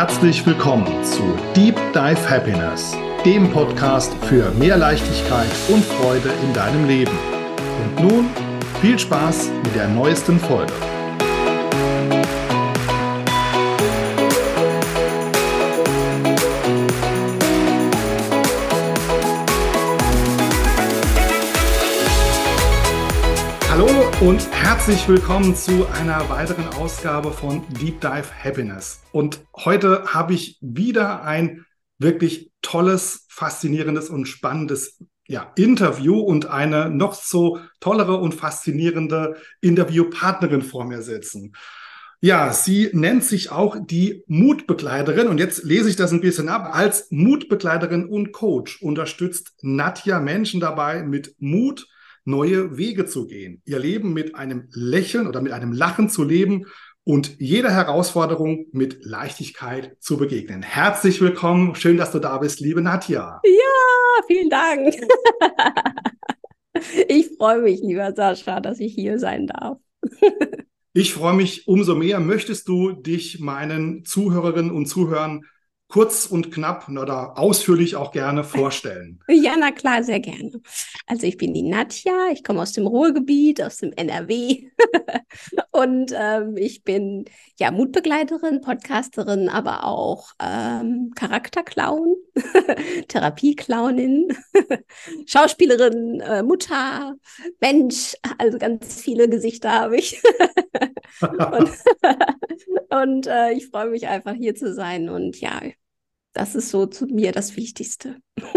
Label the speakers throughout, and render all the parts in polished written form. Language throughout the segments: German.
Speaker 1: Herzlich willkommen zu Deep Dive Happiness, dem Podcast für mehr Leichtigkeit und Freude in deinem Leben. Und nun viel Spaß mit der neuesten Folge. Hallo und herzlich willkommen zu einer weiteren Ausgabe von Deep Dive Happiness. Und heute habe ich wieder ein wirklich tolles, faszinierendes und spannendes Interview und eine noch so tollere und faszinierende Interviewpartnerin vor mir sitzen. Ja, sie nennt sich auch die Mutbegleiterin und jetzt lese ich das ein bisschen ab. Als Mutbegleiterin und Coach unterstützt Nadja Menschen dabei, mit Mut neue Wege zu gehen, ihr Leben mit einem Lächeln oder mit einem Lachen zu leben und jeder Herausforderung mit Leichtigkeit zu begegnen. Herzlich willkommen, schön, dass du da bist, liebe Nadja.
Speaker 2: Ja, vielen Dank. Ich freue mich, lieber Sascha, dass ich hier sein darf.
Speaker 1: Ich freue mich umso mehr. Möchtest du dich meinen Zuhörerinnen und Zuhörern kurz und knapp oder ausführlich auch gerne vorstellen?
Speaker 2: Ja, na klar, sehr gerne. Also ich bin die Nadja, ich komme aus dem Ruhrgebiet, aus dem NRW und ich bin ja Mutbegleiterin, Podcasterin, aber auch Charakterclown, Therapieclownin, Schauspielerin, Mutter, Mensch, also ganz viele Gesichter habe ich. Und ich freue mich einfach hier zu sein und ja, das ist so zu mir das Wichtigste.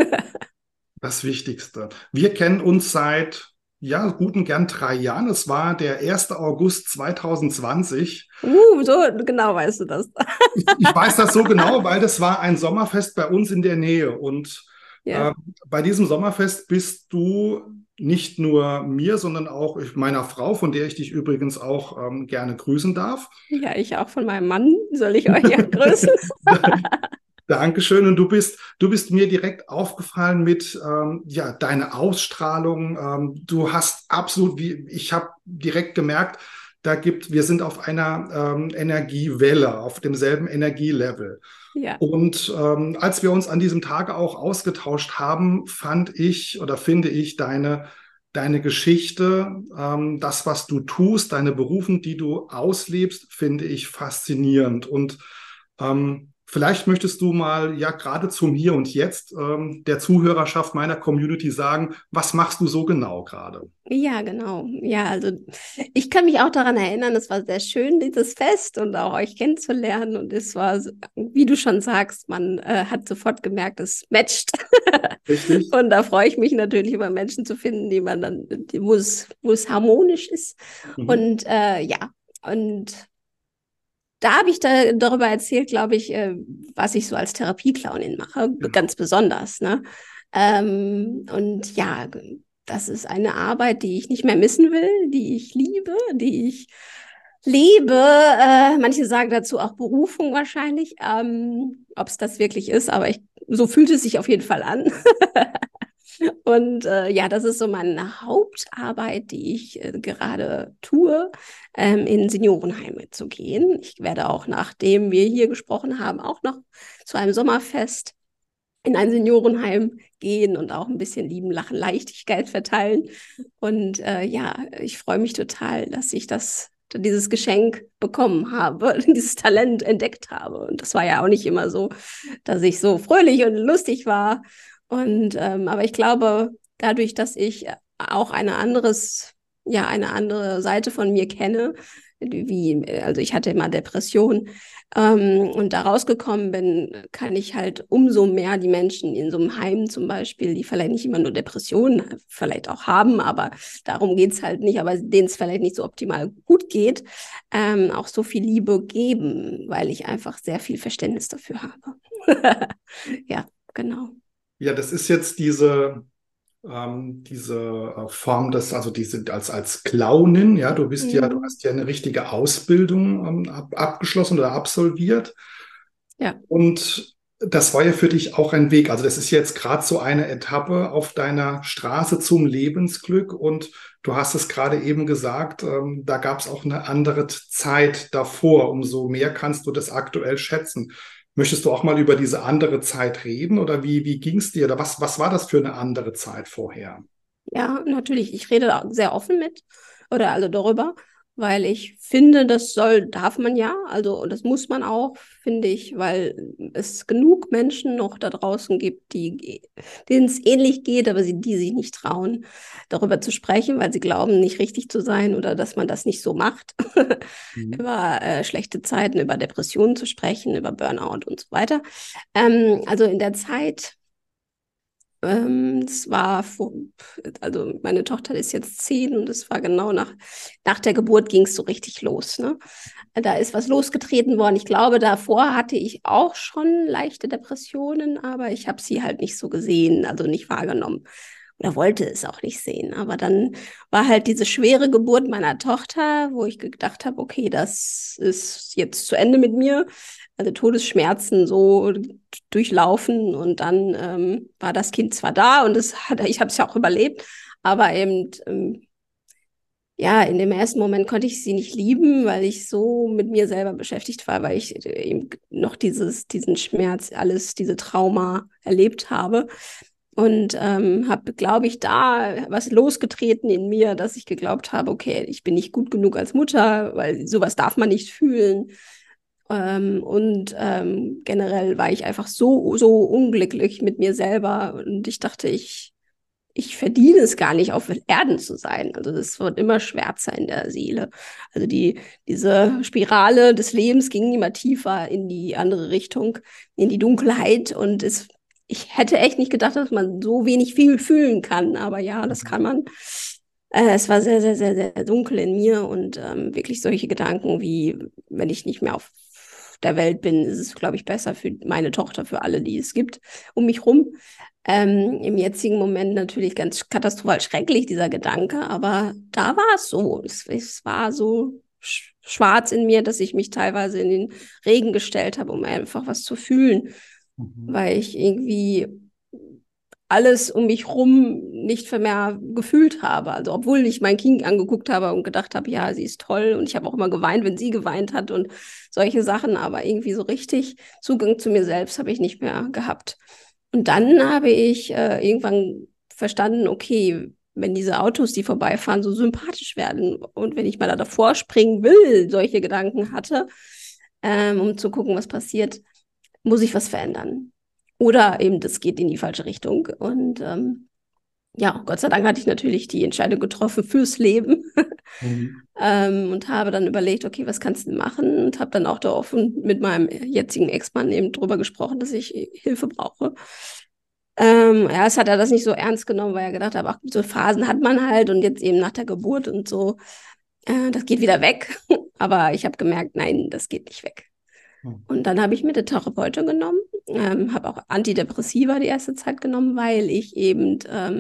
Speaker 1: Das Wichtigste. Wir kennen uns seit guten gern 3 Jahren. Es war der 1. August 2020.
Speaker 2: So genau weißt du das.
Speaker 1: Ich weiß das so genau, weil das war ein Sommerfest bei uns in der Nähe. Und bei diesem Sommerfest bist du nicht nur mir, sondern auch meiner Frau, von der ich dich übrigens auch gerne grüßen darf.
Speaker 2: Ja, ich auch von meinem Mann. Soll ich euch ja grüßen?
Speaker 1: Dankeschön. Und du bist mir direkt aufgefallen mit deiner Ausstrahlung. Du hast absolut, ich habe direkt gemerkt, wir sind auf einer Energiewelle, auf demselben Energielevel.
Speaker 2: Ja.
Speaker 1: Und als wir uns an diesem Tag auch ausgetauscht haben, finde ich deine Geschichte, das, was du tust, deine Berufung, die du auslebst, finde ich faszinierend. Und vielleicht möchtest du mal gerade zum Hier und Jetzt der Zuhörerschaft meiner Community sagen, was machst du so genau gerade?
Speaker 2: Ja, genau. Ja, also ich kann mich auch daran erinnern, es war sehr schön, dieses Fest und auch euch kennenzulernen. Und es war, wie du schon sagst, man hat sofort gemerkt, es matcht.
Speaker 1: Richtig.
Speaker 2: Und da freue ich mich natürlich über Menschen zu finden, wo es harmonisch ist.
Speaker 1: Mhm.
Speaker 2: Und und da habe ich darüber erzählt, glaube ich, was ich so als Therapieclownin mache, ganz besonders. Ne? Und ja, das ist eine Arbeit, die ich nicht mehr missen will, die ich liebe, die ich lebe. Manche sagen dazu auch Berufung wahrscheinlich, ob es das wirklich ist, aber so fühlt es sich auf jeden Fall an. Und das ist so meine Hauptarbeit, die ich gerade tue, in Seniorenheime zu gehen. Ich werde auch, nachdem wir hier gesprochen haben, auch noch zu einem Sommerfest in ein Seniorenheim gehen und auch ein bisschen Lieben, Lachen, Leichtigkeit verteilen. Und ich freue mich total, dass ich dieses Geschenk bekommen habe, dieses Talent entdeckt habe. Und das war ja auch nicht immer so, dass ich so fröhlich und lustig war. Und aber ich glaube, dadurch, dass ich auch eine andere Seite von mir kenne, also ich hatte immer Depression und da rausgekommen bin, kann ich halt umso mehr die Menschen in so einem Heim zum Beispiel, die vielleicht nicht immer nur Depressionen vielleicht auch haben, aber darum geht's halt nicht, aber denen es vielleicht nicht so optimal gut geht, auch so viel Liebe geben, weil ich einfach sehr viel Verständnis dafür habe. Ja, genau.
Speaker 1: Ja, das ist jetzt diese Form als Clownin, ja, du hast ja eine richtige Ausbildung abgeschlossen oder absolviert.
Speaker 2: Ja.
Speaker 1: Und das war ja für dich auch ein Weg. Also das ist jetzt gerade so eine Etappe auf deiner Straße zum Lebensglück. Und du hast es gerade eben gesagt, da gab es auch eine andere Zeit davor. Umso mehr kannst du das aktuell schätzen. Möchtest du auch mal über diese andere Zeit reden oder wie ging es dir? Oder was war das für eine andere Zeit vorher?
Speaker 2: Ja, natürlich. Ich rede da sehr offen mit oder also darüber, weil ich finde, darf man ja, also und das muss man auch, finde ich, weil es genug Menschen noch da draußen gibt, denen es ähnlich geht, aber die sich nicht trauen, darüber zu sprechen, weil sie glauben, nicht richtig zu sein oder dass man das nicht so macht.
Speaker 1: Mhm.
Speaker 2: Über schlechte Zeiten, über Depressionen zu sprechen, über Burnout und so weiter. Also in der Zeit. Es war also meine Tochter ist jetzt 10 und es war genau nach der Geburt ging es so richtig los. Ne? Da ist was losgetreten worden. Ich glaube, davor hatte ich auch schon leichte Depressionen, aber ich habe sie halt nicht so gesehen, also nicht wahrgenommen oder wollte es auch nicht sehen. Aber dann war halt diese schwere Geburt meiner Tochter, wo ich gedacht habe, okay, das ist jetzt zu Ende mit mir. Also Todesschmerzen so durchlaufen und dann war das Kind zwar da und ich habe es ja auch überlebt, aber eben ja, in dem ersten Moment konnte ich sie nicht lieben, weil ich so mit mir selber beschäftigt war, weil ich eben noch diesen Schmerz, alles, diese Trauma erlebt habe. Und habe, glaube ich, da was losgetreten in mir, dass ich geglaubt habe, okay, ich bin nicht gut genug als Mutter, weil sowas darf man nicht fühlen. Generell war ich einfach so unglücklich mit mir selber und ich dachte, ich verdiene es gar nicht, auf Erden zu sein. Also das wird immer schwärzer in der Seele. Also diese Spirale des Lebens ging immer tiefer in die andere Richtung, in die Dunkelheit und ich hätte echt nicht gedacht, dass man so wenig viel fühlen kann, aber ja, das kann man. Es war sehr, sehr, sehr, sehr dunkel in mir und wirklich solche Gedanken wie, wenn ich nicht mehr auf der Welt bin, ist es, glaube ich, besser für meine Tochter, für alle, die es gibt, um mich rum. Im jetzigen Moment natürlich ganz katastrophal schrecklich, dieser Gedanke, aber da war es so. Es war so schwarz in mir, dass ich mich teilweise in den Regen gestellt habe, um einfach was zu fühlen,
Speaker 1: Mhm.
Speaker 2: weil ich irgendwie alles um mich rum nicht mehr gefühlt habe. Also obwohl ich mein Kind angeguckt habe und gedacht habe, ja, sie ist toll und ich habe auch immer geweint, wenn sie geweint hat und solche Sachen, aber irgendwie so richtig Zugang zu mir selbst habe ich nicht mehr gehabt. Und dann habe ich irgendwann verstanden, okay, wenn diese Autos, die vorbeifahren, so sympathisch werden und wenn ich mal da davor springen will, solche Gedanken hatte, um zu gucken, was passiert, muss ich was verändern. Oder eben, das geht in die falsche Richtung. Und ja, Gott sei Dank hatte ich natürlich die Entscheidung getroffen fürs Leben
Speaker 1: Mhm.
Speaker 2: und habe dann überlegt, okay, was kannst du machen? Und habe dann auch da offen mit meinem jetzigen Ex-Mann eben drüber gesprochen, dass ich Hilfe brauche. Erst hat er das nicht so ernst genommen, weil er gedacht hat, ach, so Phasen hat man halt und jetzt eben nach der Geburt und so, das geht wieder weg. Aber ich habe gemerkt, nein, das geht nicht weg.
Speaker 1: Mhm.
Speaker 2: Und dann habe ich mir eine Therapeutin genommen, habe auch Antidepressiva die erste Zeit genommen, weil ich eben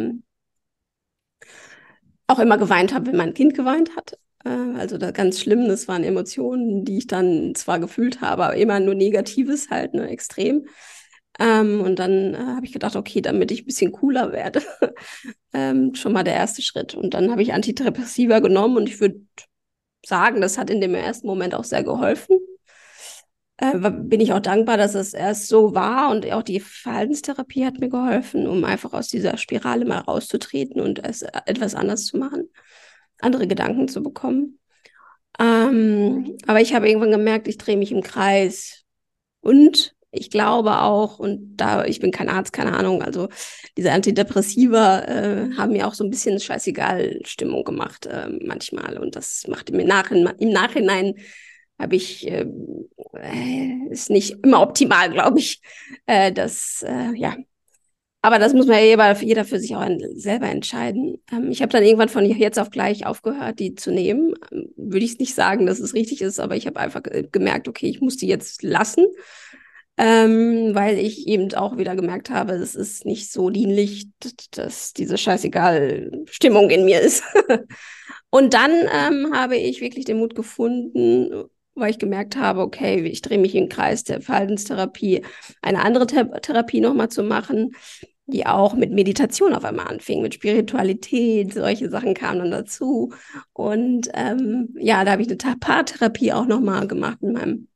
Speaker 2: auch immer geweint habe, wenn mein Kind geweint hat. Also das ganz schlimm, das waren Emotionen, die ich dann zwar gefühlt habe, aber immer nur Negatives halt, ne, extrem. Und dann habe ich gedacht, okay, damit ich ein bisschen cooler werde, schon mal der erste Schritt. Und dann habe ich Antidepressiva genommen und ich würde sagen, das hat in dem ersten Moment auch sehr geholfen. Bin ich auch dankbar, dass es erst so war und auch die Verhaltenstherapie hat mir geholfen, um einfach aus dieser Spirale mal rauszutreten und es etwas anders zu machen, andere Gedanken zu bekommen. Aber ich habe irgendwann gemerkt, ich drehe mich im Kreis und ich glaube auch, und da, ich bin kein Arzt, keine Ahnung, also diese Antidepressiva haben mir auch so ein bisschen scheißegal Stimmung gemacht manchmal und das macht mir im Nachhinein habe ich ist nicht immer optimal, glaube ich. Ja, aber das muss man ja jeder für sich auch selber entscheiden. Ich habe dann irgendwann von jetzt auf gleich aufgehört, die zu nehmen. Würde ich nicht sagen, dass es richtig ist, aber ich habe einfach gemerkt, okay, ich muss die jetzt lassen, weil ich eben auch wieder gemerkt habe, es ist nicht so dienlich, dass diese scheißegal Stimmung in mir ist. Und dann habe ich wirklich den Mut gefunden, weil ich gemerkt habe, okay, ich drehe mich im Kreis der Verhaltenstherapie, eine andere Therapie nochmal zu machen, die auch mit Meditation auf einmal anfing, mit Spiritualität, solche Sachen kamen dann dazu. Und ja, da habe ich eine Paartherapie auch nochmal gemacht mit meinem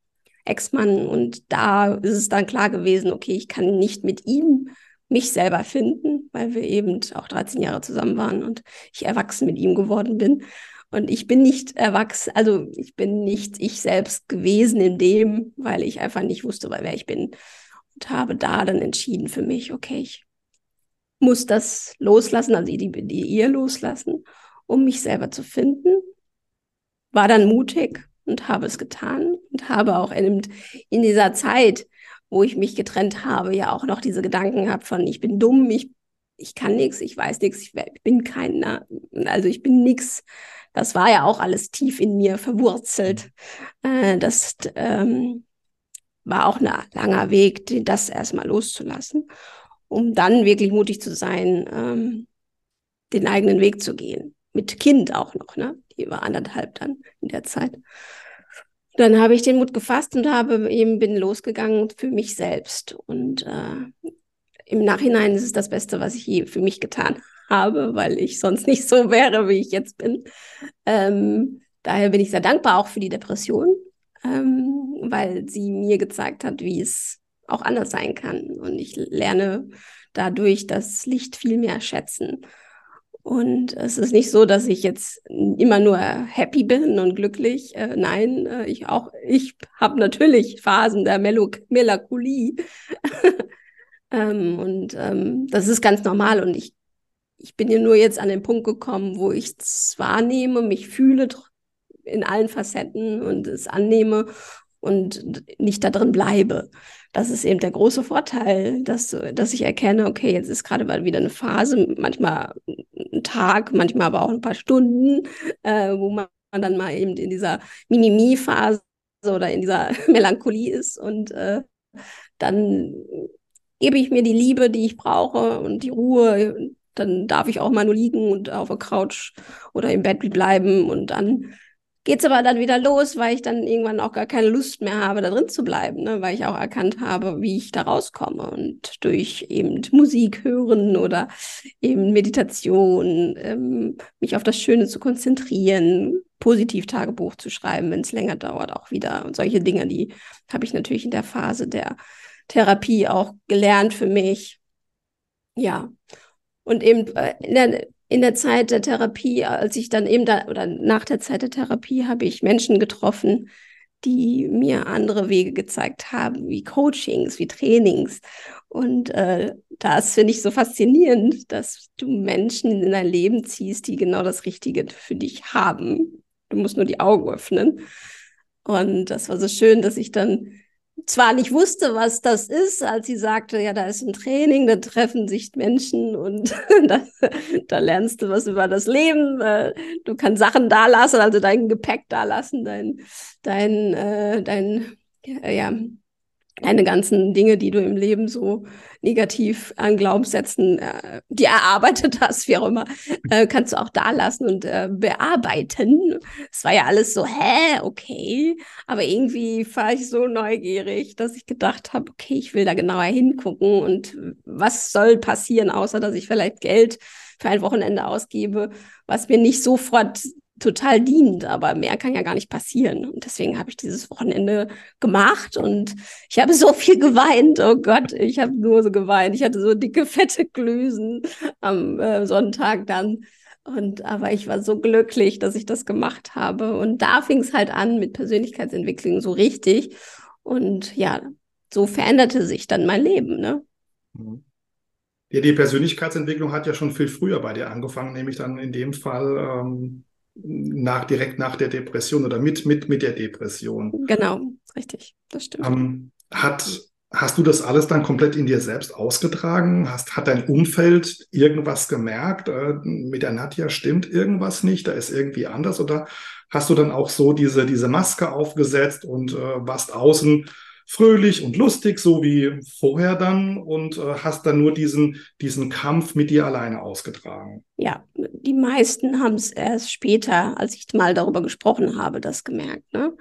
Speaker 2: Ex-Mann. Und da ist es dann klar gewesen, okay, ich kann nicht mit ihm mich selber finden, weil wir eben auch 13 Jahre zusammen waren und ich erwachsen mit ihm geworden bin. Und ich bin nicht erwachsen, also ich bin nicht ich selbst gewesen in dem, weil ich einfach nicht wusste, wer ich bin. Und habe da dann entschieden für mich, okay, ich muss das loslassen, also die Ehe loslassen, um mich selber zu finden. War dann mutig und habe es getan und habe auch in dieser Zeit, wo ich mich getrennt habe, ja auch noch diese Gedanken gehabt von, ich bin dumm, ich kann nichts, ich weiß nichts, ich bin keiner, also ich bin nichts. Das war ja auch alles tief in mir verwurzelt. Das war auch ein langer Weg, das erstmal loszulassen, um dann wirklich mutig zu sein, den eigenen Weg zu gehen. Mit Kind auch noch, ne? Die war 1,5 dann in der Zeit. Dann habe ich den Mut gefasst und bin losgegangen für mich selbst. Und im Nachhinein ist es das Beste, was ich je für mich getan habe, weil ich sonst nicht so wäre, wie ich jetzt bin. Daher bin ich sehr dankbar auch für die Depression, weil sie mir gezeigt hat, wie es auch anders sein kann. Und ich lerne dadurch das Licht viel mehr schätzen. Und es ist nicht so, dass ich jetzt immer nur happy bin und glücklich. Nein, ich habe natürlich Phasen der Melancholie. Das ist ganz normal. Und ich bin ja nur jetzt an den Punkt gekommen, wo ich es wahrnehme, mich fühle in allen Facetten und es annehme und nicht da drin bleibe. Das ist eben der große Vorteil, dass ich erkenne, okay, jetzt ist gerade mal wieder eine Phase, manchmal ein Tag, manchmal aber auch ein paar Stunden, wo man dann mal eben in dieser Mimimi-Phase oder in dieser Melancholie ist und dann gebe ich mir die Liebe, die ich brauche und die Ruhe. Dann darf ich auch mal nur liegen und auf der Couch oder im Bett bleiben und dann geht's aber dann wieder los, weil ich dann irgendwann auch gar keine Lust mehr habe, da drin zu bleiben, ne? Weil ich auch erkannt habe, wie ich da rauskomme. Und durch eben Musik hören oder eben Meditation, mich auf das Schöne zu konzentrieren, positiv Tagebuch zu schreiben, wenn es länger dauert, auch wieder. Und solche Dinge, die habe ich natürlich in der Phase der Therapie auch gelernt für mich. Ja. Und eben in der Zeit der Therapie, als ich dann eben oder nach der Zeit der Therapie, habe ich Menschen getroffen, die mir andere Wege gezeigt haben, wie Coachings, wie Trainings. Und das finde ich so faszinierend, dass du Menschen in dein Leben ziehst, die genau das Richtige für dich haben. Du musst nur die Augen öffnen. Und das war so schön, dass ich dann zwar nicht wusste, was das ist, als sie sagte, ja, da ist ein Training, da treffen sich Menschen und da lernst du was über das Leben. Du kannst Sachen da lassen, also dein Gepäck da lassen, deine ganzen Dinge, die du im Leben so negativ an Glaubenssätzen die erarbeitet hast, wie auch immer, kannst du auch da lassen und bearbeiten. Es war ja alles so, okay. Aber irgendwie war ich so neugierig, dass ich gedacht habe, okay, ich will da genauer hingucken und was soll passieren, außer dass ich vielleicht Geld für ein Wochenende ausgebe, was mir nicht sofort total dient, aber mehr kann ja gar nicht passieren. Und deswegen habe ich dieses Wochenende gemacht und ich habe so viel geweint. Oh Gott, ich habe nur so geweint. Ich hatte so dicke, fette Glüsen am Sonntag dann. Aber ich war so glücklich, dass ich das gemacht habe. Und da fing es halt an mit Persönlichkeitsentwicklung so richtig. Und ja, so veränderte sich dann mein Leben, ne?
Speaker 1: Ja, die Persönlichkeitsentwicklung hat ja schon viel früher bei dir angefangen, nämlich dann in dem Fall direkt nach der Depression oder mit der Depression.
Speaker 2: Genau, richtig, das stimmt.
Speaker 1: Hast du das alles dann komplett in dir selbst ausgetragen? Hat dein Umfeld irgendwas gemerkt? Mit der Nadja stimmt irgendwas nicht, da ist irgendwie anders? Oder hast du dann auch so diese Maske aufgesetzt und warst außen fröhlich und lustig, so wie vorher dann, und hast dann nur diesen Kampf mit dir alleine ausgetragen?
Speaker 2: Ja, die meisten haben es erst später, als ich mal darüber gesprochen habe, das gemerkt, ne?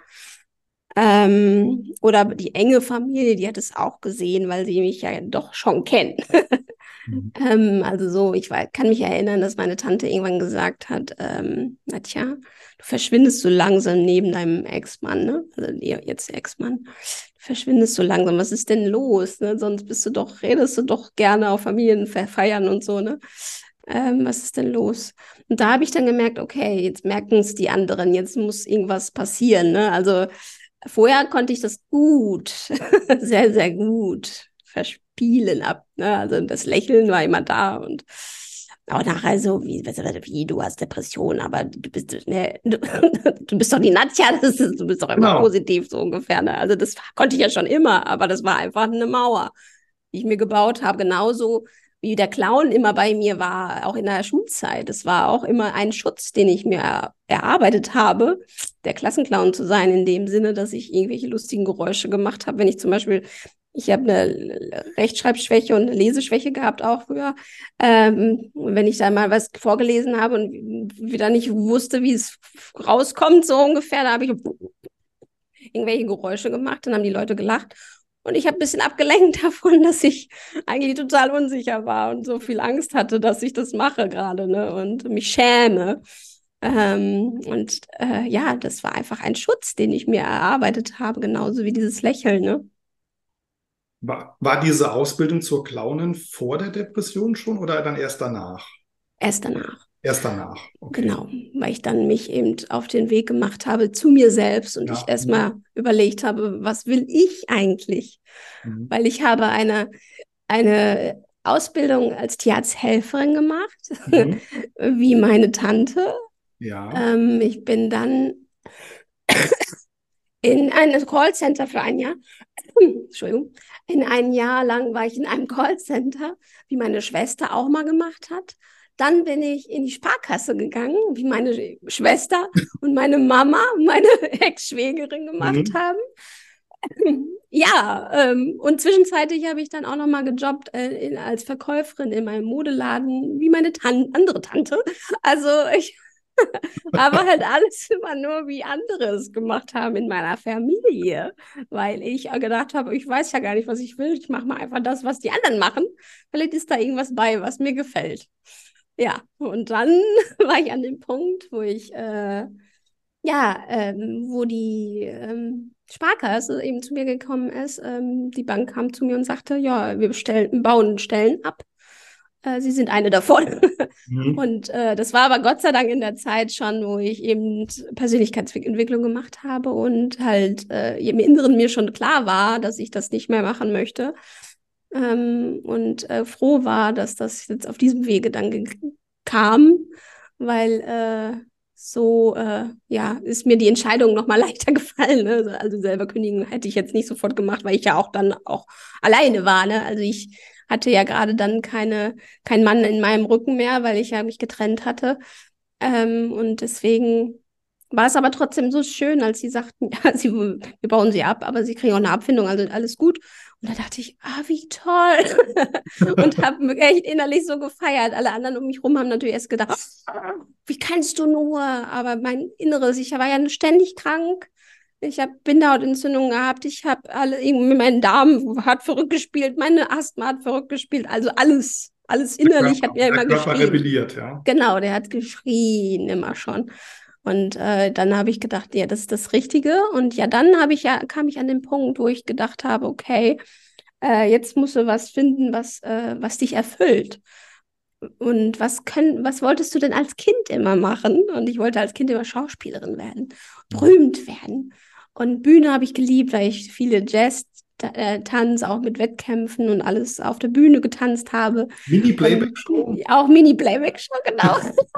Speaker 2: Oder die enge Familie, die hat es auch gesehen, weil sie mich ja doch schon kennen.
Speaker 1: Mhm.
Speaker 2: Also so, kann mich erinnern, dass meine Tante irgendwann gesagt hat, Nadja, du verschwindest so langsam neben deinem Ex-Mann, ne? Also jetzt Ex-Mann. Du verschwindest so langsam, was ist denn los? Ne? Sonst redest du doch gerne auf Familienfeiern und so, ne? Was ist denn los? Und da habe ich dann gemerkt, okay, jetzt merken es die anderen, jetzt muss irgendwas passieren, ne? Also vorher konnte ich das gut, sehr, sehr gut verspielen ab. Ne? Also das Lächeln war immer da und auch nachher so, wie du hast Depression, aber du bist, ne, du bist doch die Nadja, du bist doch immer
Speaker 1: Genau.
Speaker 2: positiv, so ungefähr. Ne? Also das konnte ich ja schon immer, aber das war einfach eine Mauer, die ich mir gebaut habe. Genauso wie der Clown immer bei mir war, auch in der Schulzeit. Es war auch immer ein Schutz, den ich mir erarbeitet habe, der Klassenclown zu sein, in dem Sinne, dass ich irgendwelche lustigen Geräusche gemacht habe. Wenn ich zum Beispiel, ich habe eine Rechtschreibschwäche und eine Leseschwäche gehabt auch früher. Wenn ich da mal was vorgelesen habe und wieder nicht wusste, wie es rauskommt, so ungefähr, da habe ich irgendwelche Geräusche gemacht, dann haben die Leute gelacht. Und ich habe ein bisschen abgelenkt davon, dass ich eigentlich total unsicher war und so viel Angst hatte, dass ich das mache gerade, ne? Und mich schäme. Ja, das war einfach ein Schutz, den ich mir erarbeitet habe, genauso wie dieses Lächeln, ne?
Speaker 1: War diese Ausbildung zur Clownin vor der Depression schon oder dann erst danach?
Speaker 2: Erst danach.
Speaker 1: Erst danach, okay.
Speaker 2: Genau, weil ich dann mich eben auf den Weg gemacht habe zu mir selbst und ich
Speaker 1: Ja. Mhm.
Speaker 2: erstmal überlegt habe, was will ich eigentlich?
Speaker 1: Mhm.
Speaker 2: Weil ich habe eine Ausbildung als Tierarzthelferin gemacht,
Speaker 1: Mhm.
Speaker 2: wie meine Tante.
Speaker 1: Ja.
Speaker 2: Ich bin dann in ein Callcenter für ein Jahr, Entschuldigung, in ein Jahr lang war ich in einem Callcenter, wie meine Schwester auch mal gemacht hat. Dann bin ich in die Sparkasse gegangen, wie meine Schwester und meine Mama, meine Ex-Schwägerin gemacht
Speaker 1: Mhm.
Speaker 2: haben. Ja, und zwischenzeitlich habe ich dann auch noch mal gejobbt als Verkäuferin in meinem Modeladen, wie meine andere Tante. Also ich habe halt alles immer nur, wie andere es gemacht haben in meiner Familie, weil ich gedacht habe, ich weiß ja gar nicht, was ich will. Ich mache mal einfach das, was die anderen machen. Vielleicht ist da irgendwas bei, was mir gefällt. Ja, und dann war ich an dem Punkt, wo ich wo die Sparkasse eben zu mir gekommen ist. Die Bank kam zu mir und sagte, ja, bauen Stellen ab. Sie sind eine davon.
Speaker 1: Mhm.
Speaker 2: Und das war aber Gott sei Dank in der Zeit schon, wo ich eben Persönlichkeitsentwicklung gemacht habe und halt im Inneren mir schon klar war, dass ich das nicht mehr machen möchte. Und froh war, dass das jetzt auf diesem Wege dann kam, weil ja, ist mir die Entscheidung noch mal leichter gefallen. Ne? Also selber kündigen hätte ich jetzt nicht sofort gemacht, weil ich ja auch dann auch alleine war. Ne? Also ich hatte ja gerade dann kein Mann in meinem Rücken mehr, weil ich ja mich getrennt hatte. Und deswegen war es aber trotzdem so schön, als sie sagten, ja, wir bauen sie ab, aber sie kriegen auch eine Abfindung, also alles gut. Und da dachte ich, wie toll. Und habe mich echt innerlich so gefeiert. Alle anderen um mich rum haben natürlich erst gedacht, wie kannst du nur? Aber mein Inneres, ich war ja ständig krank. Ich habe Bindehautentzündung gehabt, ich habe mein Darm hat verrückt gespielt, meine Asthma hat verrückt gespielt, also alles innerlich hat mir
Speaker 1: Der
Speaker 2: immer
Speaker 1: Körper
Speaker 2: geschrien.
Speaker 1: rebelliert, ja.
Speaker 2: Genau, der hat geschrien immer schon. Und dann habe ich gedacht, ja, das ist das Richtige. Und ja, kam ich an den Punkt, wo ich gedacht habe, okay, jetzt musst du was finden, was dich erfüllt. Und was wolltest du denn als Kind immer machen? Und ich wollte als Kind immer Schauspielerin werden,
Speaker 1: Mhm.
Speaker 2: berühmt werden. Und Bühne habe ich geliebt, weil ich viele Jazz-Tanz, auch mit Wettkämpfen und alles auf der Bühne getanzt habe. Und
Speaker 1: Mini-Playback-Show?
Speaker 2: auch Mini-Playback-Show, genau.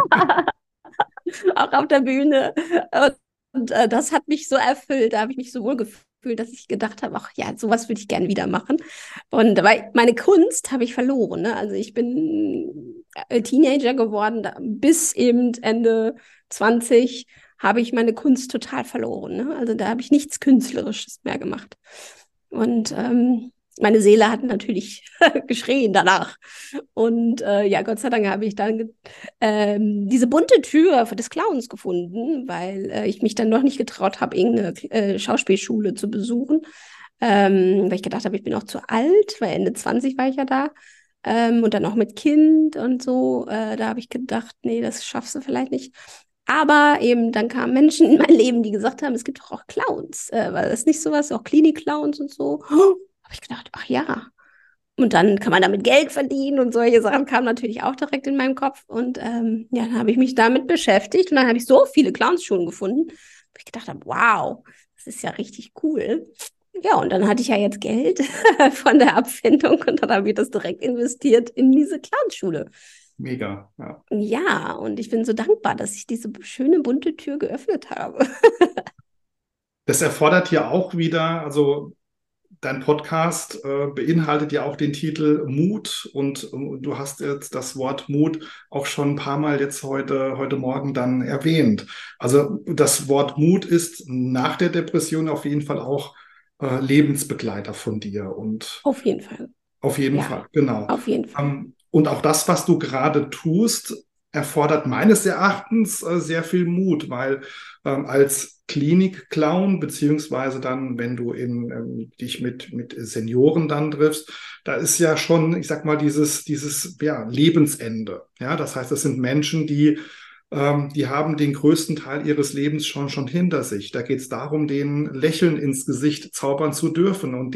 Speaker 2: Auch auf der Bühne. Und das hat mich so erfüllt, da habe ich mich so wohl gefühlt, dass ich gedacht habe, ach ja, sowas würde ich gerne wieder machen. Und weil meine Kunst habe ich verloren. Ne? Also ich bin Teenager geworden, bis eben Ende 20 habe ich meine Kunst total verloren. Ne? Also da habe ich nichts Künstlerisches mehr gemacht. Und meine Seele hat natürlich geschrien danach. Und ja, Gott sei Dank habe ich dann diese bunte Tür des Clowns gefunden, weil ich mich dann noch nicht getraut habe, irgendeine Schauspielschule zu besuchen. Weil ich gedacht habe, ich bin auch zu alt, weil Ende 20 war ich ja da. Und dann auch mit Kind und so. Da habe ich gedacht, nee, das schaffst du vielleicht nicht. Aber eben dann kamen Menschen in mein Leben, die gesagt haben, es gibt doch auch Clowns. War das nicht sowas, auch Klinik-Clowns und so? Habe ich gedacht, ach ja. Und dann kann man damit Geld verdienen und solche Sachen kamen natürlich auch direkt in meinen Kopf. Und ja, dann habe ich mich damit beschäftigt und dann habe ich so viele Clownsschulen gefunden, wo ich gedacht habe, wow, das ist ja richtig cool. Ja, und dann hatte ich ja jetzt Geld von der Abfindung und dann habe ich das direkt investiert in diese Clownschule.
Speaker 1: Mega, ja.
Speaker 2: Ja, und ich bin so dankbar, dass ich diese schöne bunte Tür geöffnet habe.
Speaker 1: Das erfordert ja auch wieder, also dein Podcast beinhaltet ja auch den Titel Mut und du hast jetzt das Wort Mut auch schon ein paar Mal jetzt heute Morgen dann erwähnt. Also das Wort Mut ist nach der Depression auf jeden Fall auch Lebensbegleiter von dir und
Speaker 2: Auf jeden Fall.
Speaker 1: auf jeden
Speaker 2: Ja,
Speaker 1: Fall, genau.
Speaker 2: auf jeden Fall.
Speaker 1: Und auch das, was du gerade tust, erfordert meines Erachtens sehr viel Mut, weil als Klinik-Clown, beziehungsweise dann, wenn du dich mit Senioren dann triffst, da ist ja schon, ich sag mal, dieses ja, Lebensende. Ja, das heißt, das sind Menschen, die haben den größten Teil ihres Lebens schon hinter sich. Da geht es darum, denen Lächeln ins Gesicht zaubern zu dürfen und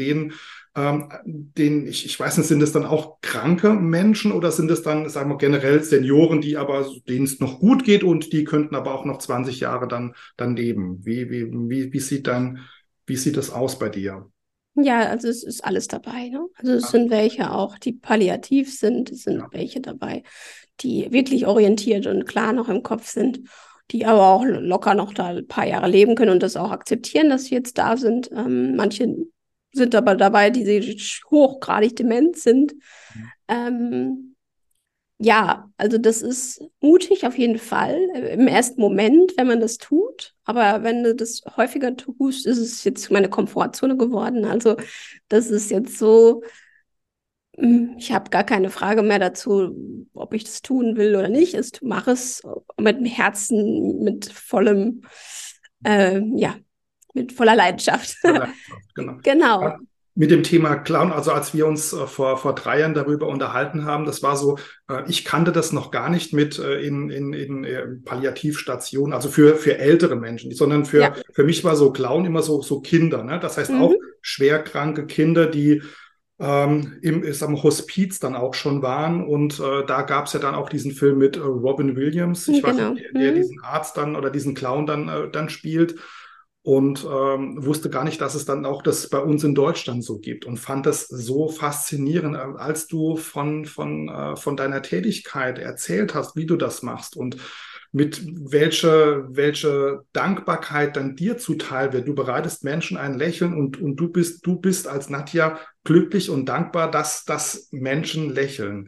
Speaker 1: ich weiß nicht, sind es dann auch kranke Menschen oder sind es dann, sagen wir generell Senioren, denen es noch gut geht und die könnten aber auch noch 20 Jahre dann leben? Wie sieht das aus bei dir?
Speaker 2: Ja, also es ist alles dabei, ne? Also es sind welche auch, die palliativ sind, es sind
Speaker 1: Ja.
Speaker 2: welche dabei, die wirklich orientiert und klar noch im Kopf sind, die aber auch locker noch da ein paar Jahre leben können und das auch akzeptieren, dass sie jetzt da sind. Manche sind aber dabei, die hochgradig dement sind. Ähm, ja, also das ist mutig auf jeden Fall im ersten Moment, wenn man das tut. Aber wenn du das häufiger tust, ist es jetzt meine Komfortzone geworden. Also das ist jetzt so, ich habe gar keine Frage mehr dazu, ob ich das tun will oder nicht. Ich mache es mit dem Herzen, ja, mit voller Leidenschaft.
Speaker 1: Genau.
Speaker 2: Genau.
Speaker 1: Mit dem Thema Clown, also als wir uns vor 3 Jahren darüber unterhalten haben, das war so, ich kannte das noch gar nicht mit in Palliativstationen, also für ältere Menschen, sondern
Speaker 2: Ja.
Speaker 1: für mich war so Clown immer so Kinder, ne? Das heißt auch
Speaker 2: Mhm.
Speaker 1: schwerkranke Kinder, die ich sag mal, Hospiz dann auch schon waren. Und da gab es ja dann auch diesen Film mit Robin Williams, ich weiß
Speaker 2: Genau.
Speaker 1: nicht, der
Speaker 2: Mhm.
Speaker 1: diesen Arzt dann oder diesen Clown dann spielt. Und wusste gar nicht, dass es dann auch das bei uns in Deutschland so gibt und fand das so faszinierend, als du von deiner Tätigkeit erzählt hast, wie du das machst und mit welche Dankbarkeit dann dir zuteil wird. Du bereitest Menschen ein Lächeln und du bist als Nadja glücklich und dankbar, dass Menschen lächeln.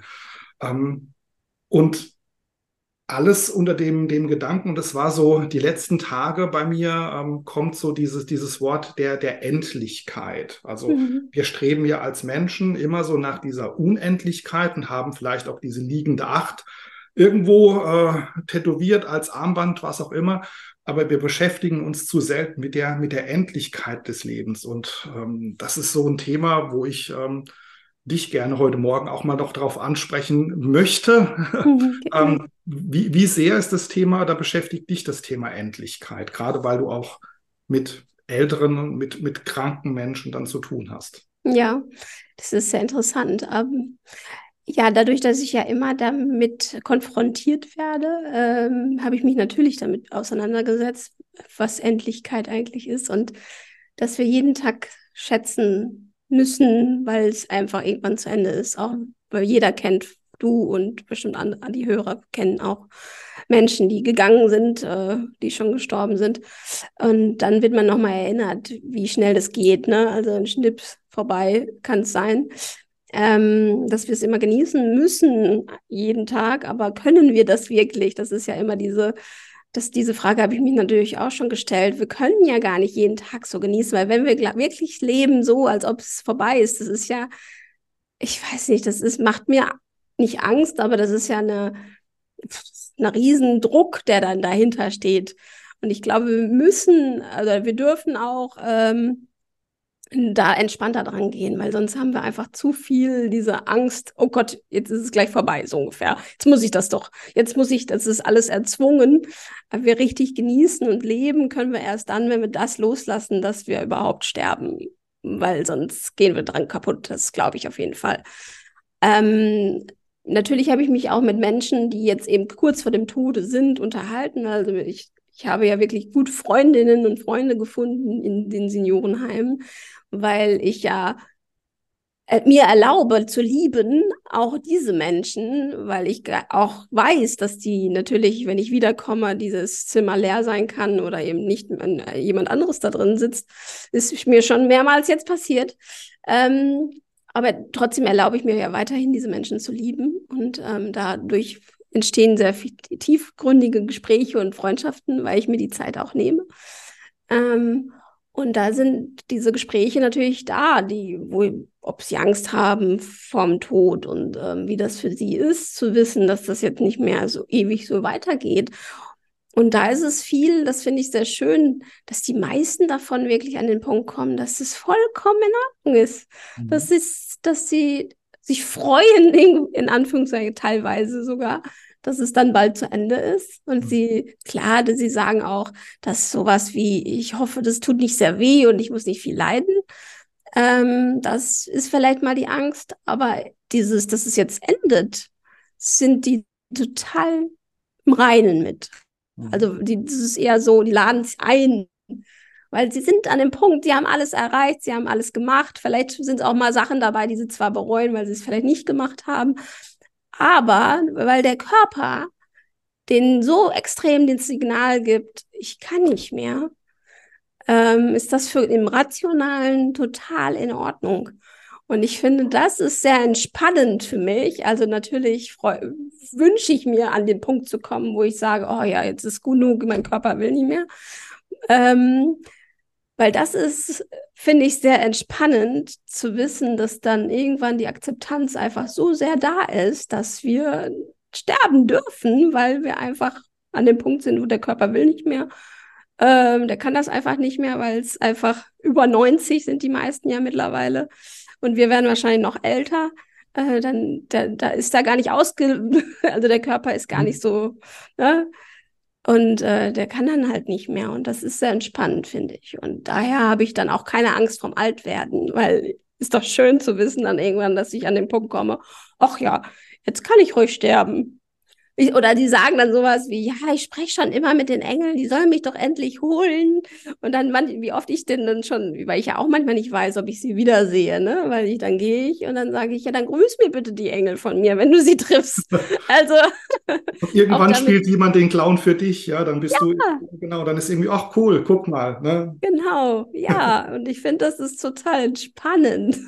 Speaker 1: Und alles unter dem Gedanken, und das war so die letzten Tage bei mir, kommt so dieses Wort der Endlichkeit. Also
Speaker 2: Mhm.
Speaker 1: wir streben ja als Menschen immer so nach dieser Unendlichkeit und haben vielleicht auch diese liegende Acht irgendwo tätowiert als Armband, was auch immer. Aber wir beschäftigen uns zu selten mit der Endlichkeit des Lebens. Und das ist so ein Thema, wo ich dich gerne heute Morgen auch mal noch darauf ansprechen möchte.
Speaker 2: Mhm. Gerne.
Speaker 1: Wie sehr ist das Thema, da beschäftigt dich das Thema Endlichkeit, gerade weil du auch mit älteren und mit kranken Menschen dann zu tun hast.
Speaker 2: Ja, das ist sehr interessant. Ja, dadurch, dass ich ja immer damit konfrontiert werde, habe ich mich natürlich damit auseinandergesetzt, was Endlichkeit eigentlich ist und dass wir jeden Tag schätzen müssen, weil es einfach irgendwann zu Ende ist. Auch weil jeder kennt, du und bestimmt die Hörer kennen auch Menschen, die gegangen sind, die schon gestorben sind. Und dann wird man nochmal erinnert, wie schnell das geht, ne? Also ein Schnips vorbei kann es sein, dass wir es immer genießen müssen, jeden Tag, aber können wir das wirklich? Das ist ja immer diese Frage habe ich mich natürlich auch schon gestellt. Wir können ja gar nicht jeden Tag so genießen, weil wenn wir wirklich leben, so als ob es vorbei ist, das ist ja, ich weiß nicht, macht mir nicht Angst, aber das ist ja eine Riesendruck, der dann dahinter steht. Und ich glaube, wir dürfen auch da entspannter dran gehen, weil sonst haben wir einfach zu viel diese Angst, oh Gott, jetzt ist es gleich vorbei, so ungefähr. Das ist alles erzwungen. Aber wir richtig genießen und leben können wir erst dann, wenn wir das loslassen, dass wir überhaupt sterben, weil sonst gehen wir dran kaputt. Das glaube ich auf jeden Fall. Ähm, Natürlich habe ich mich auch mit Menschen, die jetzt eben kurz vor dem Tode sind, unterhalten. Also ich habe ja wirklich gut Freundinnen und Freunde gefunden in den Seniorenheimen, weil ich ja mir erlaube zu lieben, auch diese Menschen, weil ich auch weiß, dass die natürlich, wenn ich wiederkomme, dieses Zimmer leer sein kann oder eben nicht jemand anderes da drin sitzt, ist mir schon mehrmals jetzt passiert. Aber trotzdem erlaube ich mir ja weiterhin, diese Menschen zu lieben und dadurch entstehen sehr tiefgründige Gespräche und Freundschaften, weil ich mir die Zeit auch nehme. Und da sind diese Gespräche natürlich da, ob sie Angst haben vorm Tod und wie das für sie ist, zu wissen, dass das jetzt nicht mehr so ewig so weitergeht. Und da ist es viel, das finde ich sehr schön, dass die meisten davon wirklich an den Punkt kommen, dass es vollkommen in Ordnung ist.
Speaker 1: Mhm.
Speaker 2: Dass sie sich freuen, in Anführungszeichen teilweise sogar, dass es dann bald zu Ende ist. Und sie sagen auch, dass sowas wie, ich hoffe, das tut nicht sehr weh und ich muss nicht viel leiden. Das ist vielleicht mal die Angst, aber dass es jetzt endet, sind die total im Reinen mit.
Speaker 1: Mhm.
Speaker 2: Also das ist eher so, die laden es ein, weil sie sind an dem Punkt, sie haben alles erreicht, sie haben alles gemacht. Vielleicht sind auch mal Sachen dabei, die sie zwar bereuen, weil sie es vielleicht nicht gemacht haben, aber weil der Körper den so extrem das Signal gibt, ich kann nicht mehr, ist das für im Rationalen total in Ordnung. Und ich finde, das ist sehr entspannend für mich. Also natürlich wünsche ich mir, an den Punkt zu kommen, wo ich sage, oh ja, jetzt ist genug, mein Körper will nicht mehr. Ähm, Weil das ist, finde ich, sehr entspannend zu wissen, dass dann irgendwann die Akzeptanz einfach so sehr da ist, dass wir sterben dürfen, weil wir einfach an dem Punkt sind, wo der Körper will nicht mehr. Der kann das einfach nicht mehr, weil es einfach über 90 sind die meisten ja mittlerweile. Und wir werden wahrscheinlich noch älter. Da ist da gar nicht also der Körper ist gar nicht so, ne? Und der kann dann halt nicht mehr. Und das ist sehr entspannend, finde ich. Und daher habe ich dann auch keine Angst vom Altwerden, weil ist doch schön zu wissen dann irgendwann, dass ich an den Punkt komme, ach ja, jetzt kann ich ruhig sterben. Oder die sagen dann sowas wie, ja, ich spreche schon immer mit den Engeln, die sollen mich doch endlich holen. Und dann, wie oft ich denn dann schon, weil ich ja auch manchmal nicht weiß, ob ich sie wiedersehe, ne? Weil dann gehe ich und dann sage ich, ja, dann grüß mir bitte die Engel von mir, wenn du sie triffst. Also
Speaker 1: Und
Speaker 2: auch
Speaker 1: irgendwann
Speaker 2: damit,
Speaker 1: spielt jemand den Clown für dich, ja, dann bist du,
Speaker 2: ja,
Speaker 1: genau, dann ist irgendwie, ach cool, guck mal, ne?
Speaker 2: genau, ja. Und ich finde, das ist total entspannend.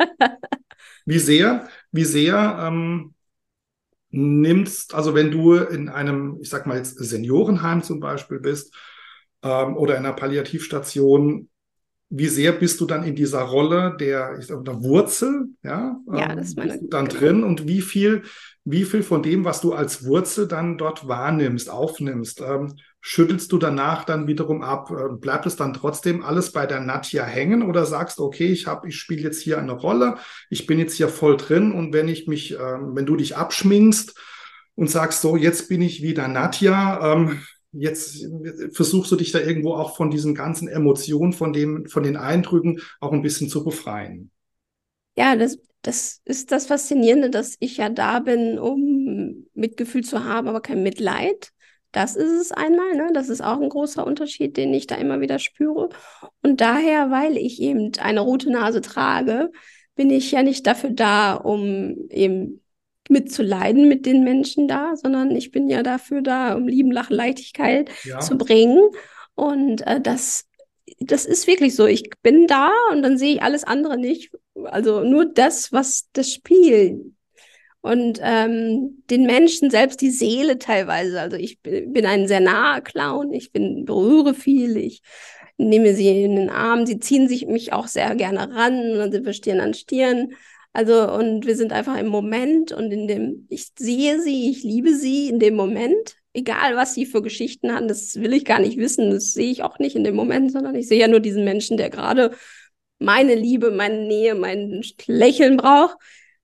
Speaker 1: Wie sehr nimmst, also wenn du in einem, ich sag mal jetzt Seniorenheim zum Beispiel bist, oder in einer Palliativstation, wie sehr bist du dann in dieser Rolle ich sag, der Wurzel, ja,
Speaker 2: Ja, das ist
Speaker 1: bist
Speaker 2: meine,
Speaker 1: du dann
Speaker 2: genau.
Speaker 1: drin und wie viel von dem, was du als Wurzel dann dort wahrnimmst, aufnimmst, schüttelst du danach dann wiederum ab? Bleibt es dann trotzdem alles bei der Nadja hängen oder sagst, okay, ich spiele jetzt hier eine Rolle, ich bin jetzt hier voll drin und wenn du dich abschminkst und sagst, so, jetzt bin ich wieder Nadja, jetzt versuchst du dich da irgendwo auch von diesen ganzen Emotionen, von den Eindrücken auch ein bisschen zu befreien.
Speaker 2: Ja, das ist das Faszinierende, dass ich ja da bin, um Mitgefühl zu haben, aber kein Mitleid. Das ist es einmal, ne? Das ist auch ein großer Unterschied, den ich da immer wieder spüre. Und daher, weil ich eben eine rote Nase trage, bin ich ja nicht dafür da, um eben mitzuleiden mit den Menschen da, sondern ich bin ja dafür da, um Lieben, Lachen, Leichtigkeit zu
Speaker 1: Ja,
Speaker 2: bringen. Und das ist wirklich so. Ich bin da und dann sehe ich alles andere nicht. Also nur das, was das Spiel und den Menschen selbst die Seele teilweise. Also ich bin ein sehr naher Clown. Berühre viel. Ich nehme sie in den Arm. Sie ziehen sich mich auch sehr gerne ran und dann sind wir Stirn an Stirn. Also und wir sind einfach im Moment und ich sehe sie, ich liebe sie in dem Moment. Egal, was sie für Geschichten haben, das will ich gar nicht wissen. Das sehe ich auch nicht in dem Moment, sondern ich sehe ja nur diesen Menschen, der gerade meine Liebe, meine Nähe, mein Lächeln braucht.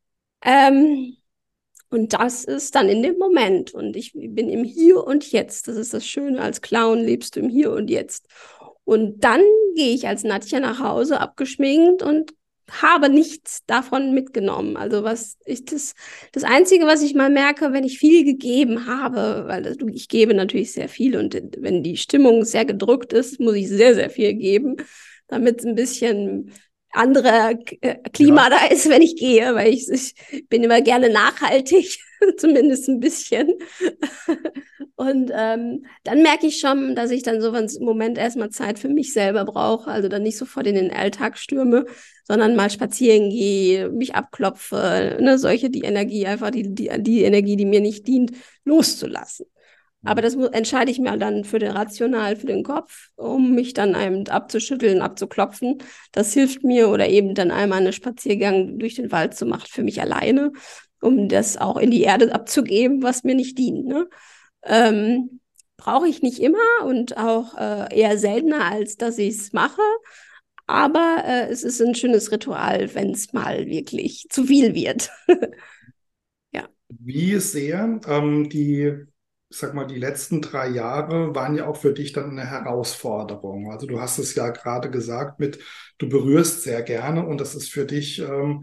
Speaker 2: Und das ist dann in dem Moment. Und ich bin im Hier und Jetzt. Das ist das Schöne. Als Clown lebst du im Hier und Jetzt. Und dann gehe ich als Nadja nach Hause, abgeschminkt und habe nichts davon mitgenommen. Also das Einzige, was ich mal merke, wenn ich viel gegeben habe, weil ich gebe natürlich sehr viel und wenn die Stimmung sehr gedrückt ist, muss ich sehr, sehr viel geben, damit es ein bisschen anderer Klima da ist, wenn ich gehe, weil ich bin immer gerne nachhaltig, zumindest ein bisschen. Und dann merke ich schon, dass ich dann so einen Moment erstmal Zeit für mich selber brauche, also dann nicht sofort in den Alltag stürme, sondern mal spazieren gehe, mich abklopfe, ne, die Energie, einfach die Energie, die mir nicht dient, loszulassen. Aber das entscheide ich mir dann für den Rational, für den Kopf, um mich dann eben abzuschütteln, abzuklopfen. Das hilft mir oder eben dann einmal einen Spaziergang durch den Wald zu machen für mich alleine, um das auch in die Erde abzugeben, was mir nicht dient. Ne? Brauche ich nicht immer und auch eher seltener, als dass ich es mache. Aber es ist ein schönes Ritual, wenn es mal wirklich zu viel wird. Ja.
Speaker 1: Wie sehr ich sag mal, die letzten 3 Jahre waren ja auch für dich dann eine Herausforderung. Also du hast es ja gerade gesagt du berührst sehr gerne und das ist für dich,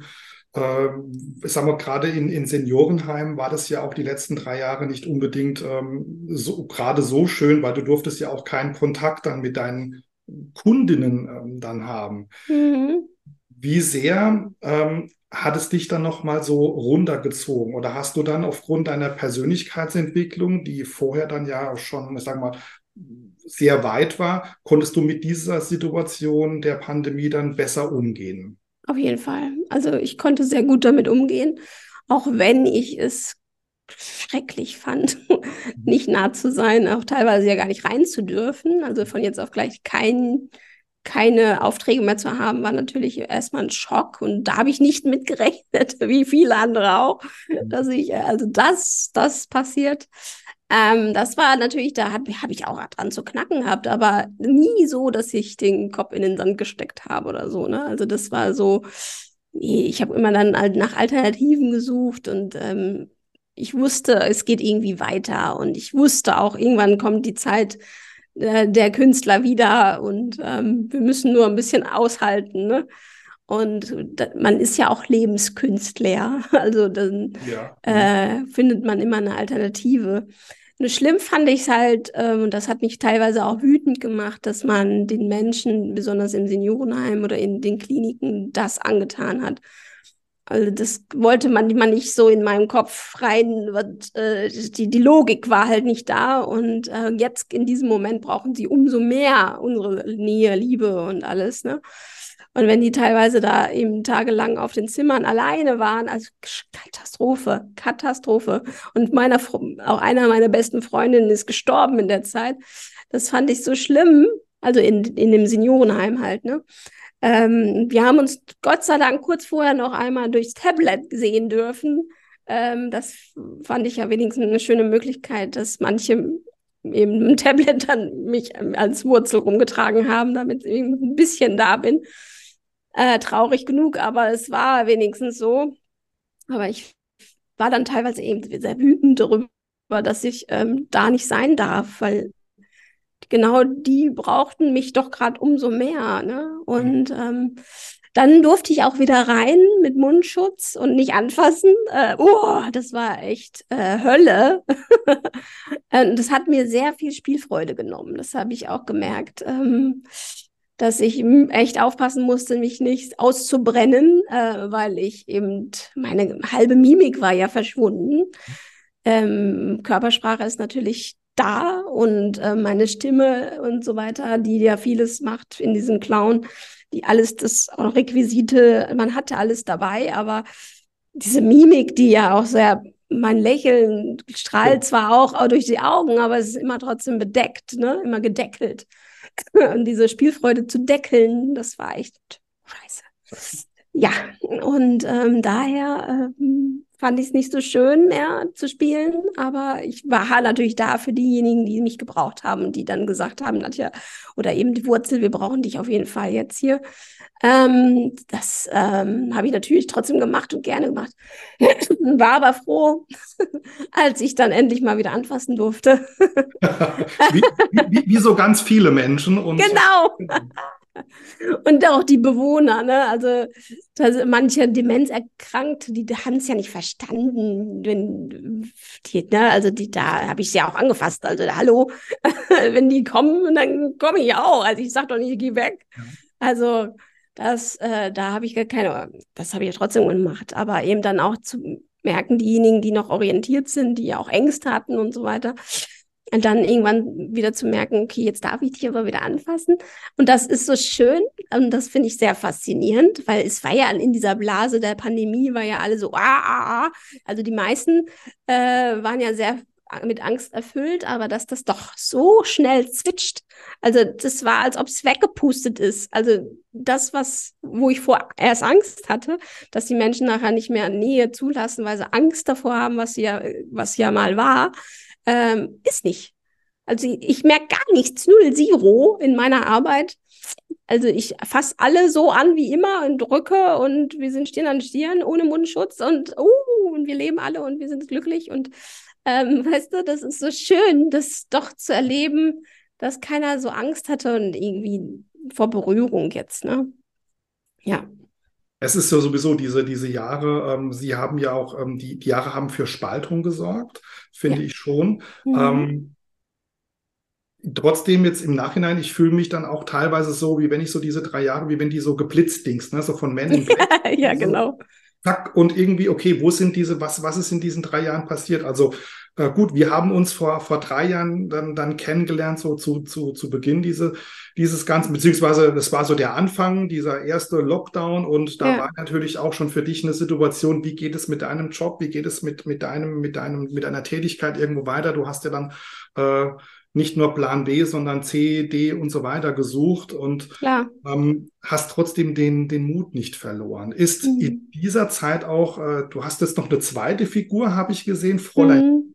Speaker 1: ich sag mal, gerade in Seniorenheimen war das ja auch die letzten 3 Jahre nicht unbedingt gerade so schön, weil du durftest ja auch keinen Kontakt dann mit deinen Kundinnen dann haben.
Speaker 2: Mhm.
Speaker 1: Wie sehr hat es dich dann nochmal so runtergezogen? Oder hast du dann aufgrund deiner Persönlichkeitsentwicklung, die vorher dann ja schon, ich sag mal, sehr weit war, konntest du mit dieser Situation der Pandemie dann besser umgehen?
Speaker 2: Auf jeden Fall. Also ich konnte sehr gut damit umgehen, auch wenn ich es schrecklich fand, nicht nah zu sein, auch teilweise ja gar nicht rein zu dürfen. Also von jetzt auf gleich keine Aufträge mehr zu haben, war natürlich erstmal ein Schock. Und da habe ich nicht mitgerechnet, wie viele andere auch, dass das passiert. Das war natürlich, da hab ich auch dran zu knacken gehabt, aber nie so, dass ich den Kopf in den Sand gesteckt habe oder so. Ne? Also das war so, nee, ich habe immer dann halt nach Alternativen gesucht und ich wusste, es geht irgendwie weiter und ich wusste auch, irgendwann kommt die Zeit der Künstler wieder und wir müssen nur ein bisschen aushalten. Ne? Und man ist ja auch Lebenskünstler, also dann
Speaker 1: Ja.
Speaker 2: findet man immer eine Alternative. Nur schlimm fand ich es halt, und das hat mich teilweise auch wütend gemacht, dass man den Menschen, besonders im Seniorenheim oder in den Kliniken, das angetan hat. Also das wollte man nicht so in meinem Kopf rein, die Logik war halt nicht da und jetzt in diesem Moment brauchen sie umso mehr unsere Nähe, Liebe und alles, ne? Und wenn die teilweise da eben tagelang auf den Zimmern alleine waren, also Katastrophe, Katastrophe. Und auch einer meiner besten Freundinnen ist gestorben in der Zeit. Das fand ich so schlimm, also in dem Seniorenheim halt, ne? Wir haben uns Gott sei Dank kurz vorher noch einmal durchs Tablet sehen dürfen. Das fand ich ja wenigstens eine schöne Möglichkeit, dass manche eben ein Tablet dann mich als Wurzel rumgetragen haben, damit ich ein bisschen da bin. Traurig genug, aber es war wenigstens so. Aber ich war dann teilweise eben sehr wütend darüber, dass ich da nicht sein darf, weil genau die brauchten mich doch gerade umso mehr. Ne? Und dann durfte ich auch wieder rein mit Mundschutz und nicht anfassen. Das war echt Hölle. Das hat mir sehr viel Spielfreude genommen. Das habe ich auch gemerkt, dass ich echt aufpassen musste, mich nicht auszubrennen, weil ich eben meine halbe Mimik war ja verschwunden. Körpersprache ist natürlich da und meine Stimme und so weiter, die ja vieles macht in diesem Clown, die alles, das auch Requisite, man hatte alles dabei, aber diese Mimik, die ja auch sehr, mein Lächeln strahlt zwar auch durch die Augen, aber es ist immer trotzdem bedeckt, ne? Immer gedeckelt. Und diese Spielfreude zu deckeln, das war echt scheiße. Ja, und daher fand ich es nicht so schön mehr zu spielen, aber ich war natürlich da für diejenigen, die mich gebraucht haben, die dann gesagt haben, Nadja, oder eben die Wurzel, wir brauchen dich auf jeden Fall jetzt hier. Das habe ich natürlich trotzdem gemacht und gerne gemacht. War aber froh, als ich dann endlich mal wieder anfassen durfte.
Speaker 1: Wie so ganz viele Menschen. Und
Speaker 2: Genau. Und auch die Bewohner, ne? Also manche Demenzerkrankte, die haben es ja nicht verstanden, wenn die, ne? Also da habe ich sie ja auch angefasst. Also hallo, wenn die kommen, dann komme ich auch. Also ich sage doch nicht, ich gehe weg.
Speaker 1: ja.
Speaker 2: Also da habe ich gar keine, das habe ich ja trotzdem gemacht. Aber eben dann auch zu merken, diejenigen, die noch orientiert sind, die ja auch Ängste hatten und so weiter. Und dann irgendwann wieder zu merken, okay, jetzt darf ich dich aber wieder anfassen. Und das ist so schön und das finde ich sehr faszinierend, weil es war ja in dieser Blase der Pandemie, war ja alle so, Also die meisten waren ja sehr mit Angst erfüllt, aber dass das doch so schnell switcht. Also das war, als ob es weggepustet ist. Also das, wo ich vorerst Angst hatte, dass die Menschen nachher nicht mehr Nähe zulassen, weil sie Angst davor haben, was ja mal war, ist nicht. Also ich merke gar nichts, null Zero in meiner Arbeit. Also ich fasse alle so an wie immer und drücke und wir sind Stirn an Stirn ohne Mundschutz und wir leben alle und wir sind glücklich und weißt du, das ist so schön, das doch zu erleben, dass keiner so Angst hatte und irgendwie vor Berührung jetzt, ne? Ja.
Speaker 1: Es ist ja sowieso diese Jahre, sie haben ja auch, die Jahre haben für Spaltung gesorgt,
Speaker 2: Ja.
Speaker 1: finde ich schon.
Speaker 2: Mhm.
Speaker 1: Trotzdem jetzt im Nachhinein, ich fühle mich dann auch teilweise so, wie wenn ich so diese 3 Jahre, wie wenn die so geblitzdings, ne, so von Men in Black,
Speaker 2: Ja,
Speaker 1: so
Speaker 2: genau.
Speaker 1: zack, und irgendwie, okay, wo sind was ist in diesen 3 Jahren passiert? Also gut, wir haben uns vor 3 Jahren dann kennengelernt, so zu Beginn dieses Ganze, beziehungsweise das war so der Anfang, dieser erste Lockdown, und da
Speaker 2: Ja,
Speaker 1: war natürlich auch schon für dich eine Situation, wie geht es mit deinem Job, wie geht es mit deiner Tätigkeit irgendwo weiter? Du hast ja dann nicht nur Plan B, sondern C, D und so weiter gesucht und
Speaker 2: klar.
Speaker 1: hast trotzdem den Mut nicht verloren. Ist in
Speaker 2: Mhm.
Speaker 1: dieser Zeit auch, du hast jetzt noch eine zweite Figur, habe ich gesehen, Fräulein.
Speaker 2: Mhm.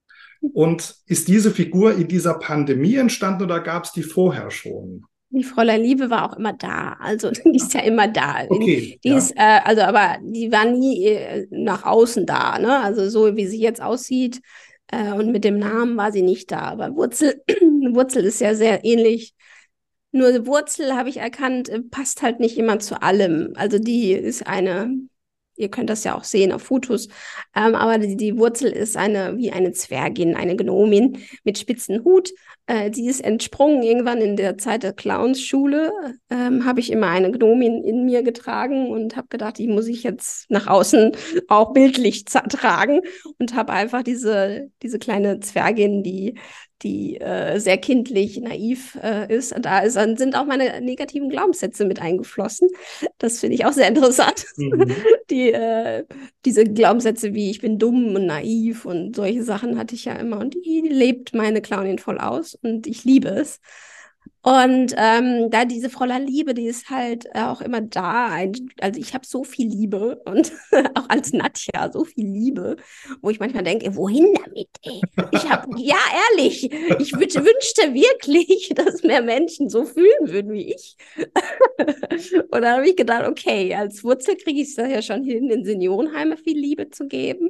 Speaker 1: Und ist diese Figur in dieser Pandemie entstanden oder gab es die vorher schon?
Speaker 2: Die Fräulein Liebe war auch immer da. Also die ist ja immer da.
Speaker 1: Okay,
Speaker 2: Die ist,
Speaker 1: ja.
Speaker 2: aber die war nie nach außen da, ne? Also so wie sie jetzt aussieht. Und mit dem Namen war sie nicht da. Aber Wurzel ist ja sehr ähnlich. Nur Wurzel habe ich erkannt, passt halt nicht immer zu allem. Also die ist ihr könnt das ja auch sehen auf Fotos, aber die Wurzel ist wie eine Zwergin, eine Gnomin mit spitzen Hut. Sie ist entsprungen irgendwann in der Zeit der Clownsschule. Habe ich immer eine Gnomin in mir getragen und habe gedacht, die muss ich jetzt nach außen auch bildlich tragen und habe einfach diese kleine Zwergin, die sehr kindlich, naiv ist. Dann sind auch meine negativen Glaubenssätze mit eingeflossen. Das finde ich auch sehr interessant.
Speaker 1: Mhm.
Speaker 2: Diese Glaubenssätze wie ich bin dumm und naiv und solche Sachen hatte ich ja immer. Und die lebt meine Clownin voll aus und ich liebe es. Und da diese Fräulein Liebe, die ist halt auch immer da. Also ich habe so viel Liebe und auch als Nadja so viel Liebe, wo ich manchmal denke, wohin damit, ey? Ja, ehrlich, wünschte wirklich, dass mehr Menschen so fühlen würden wie ich. Und da habe ich gedacht, okay, als Wurzel kriege ich es ja schon hin, in Seniorenheime viel Liebe zu geben.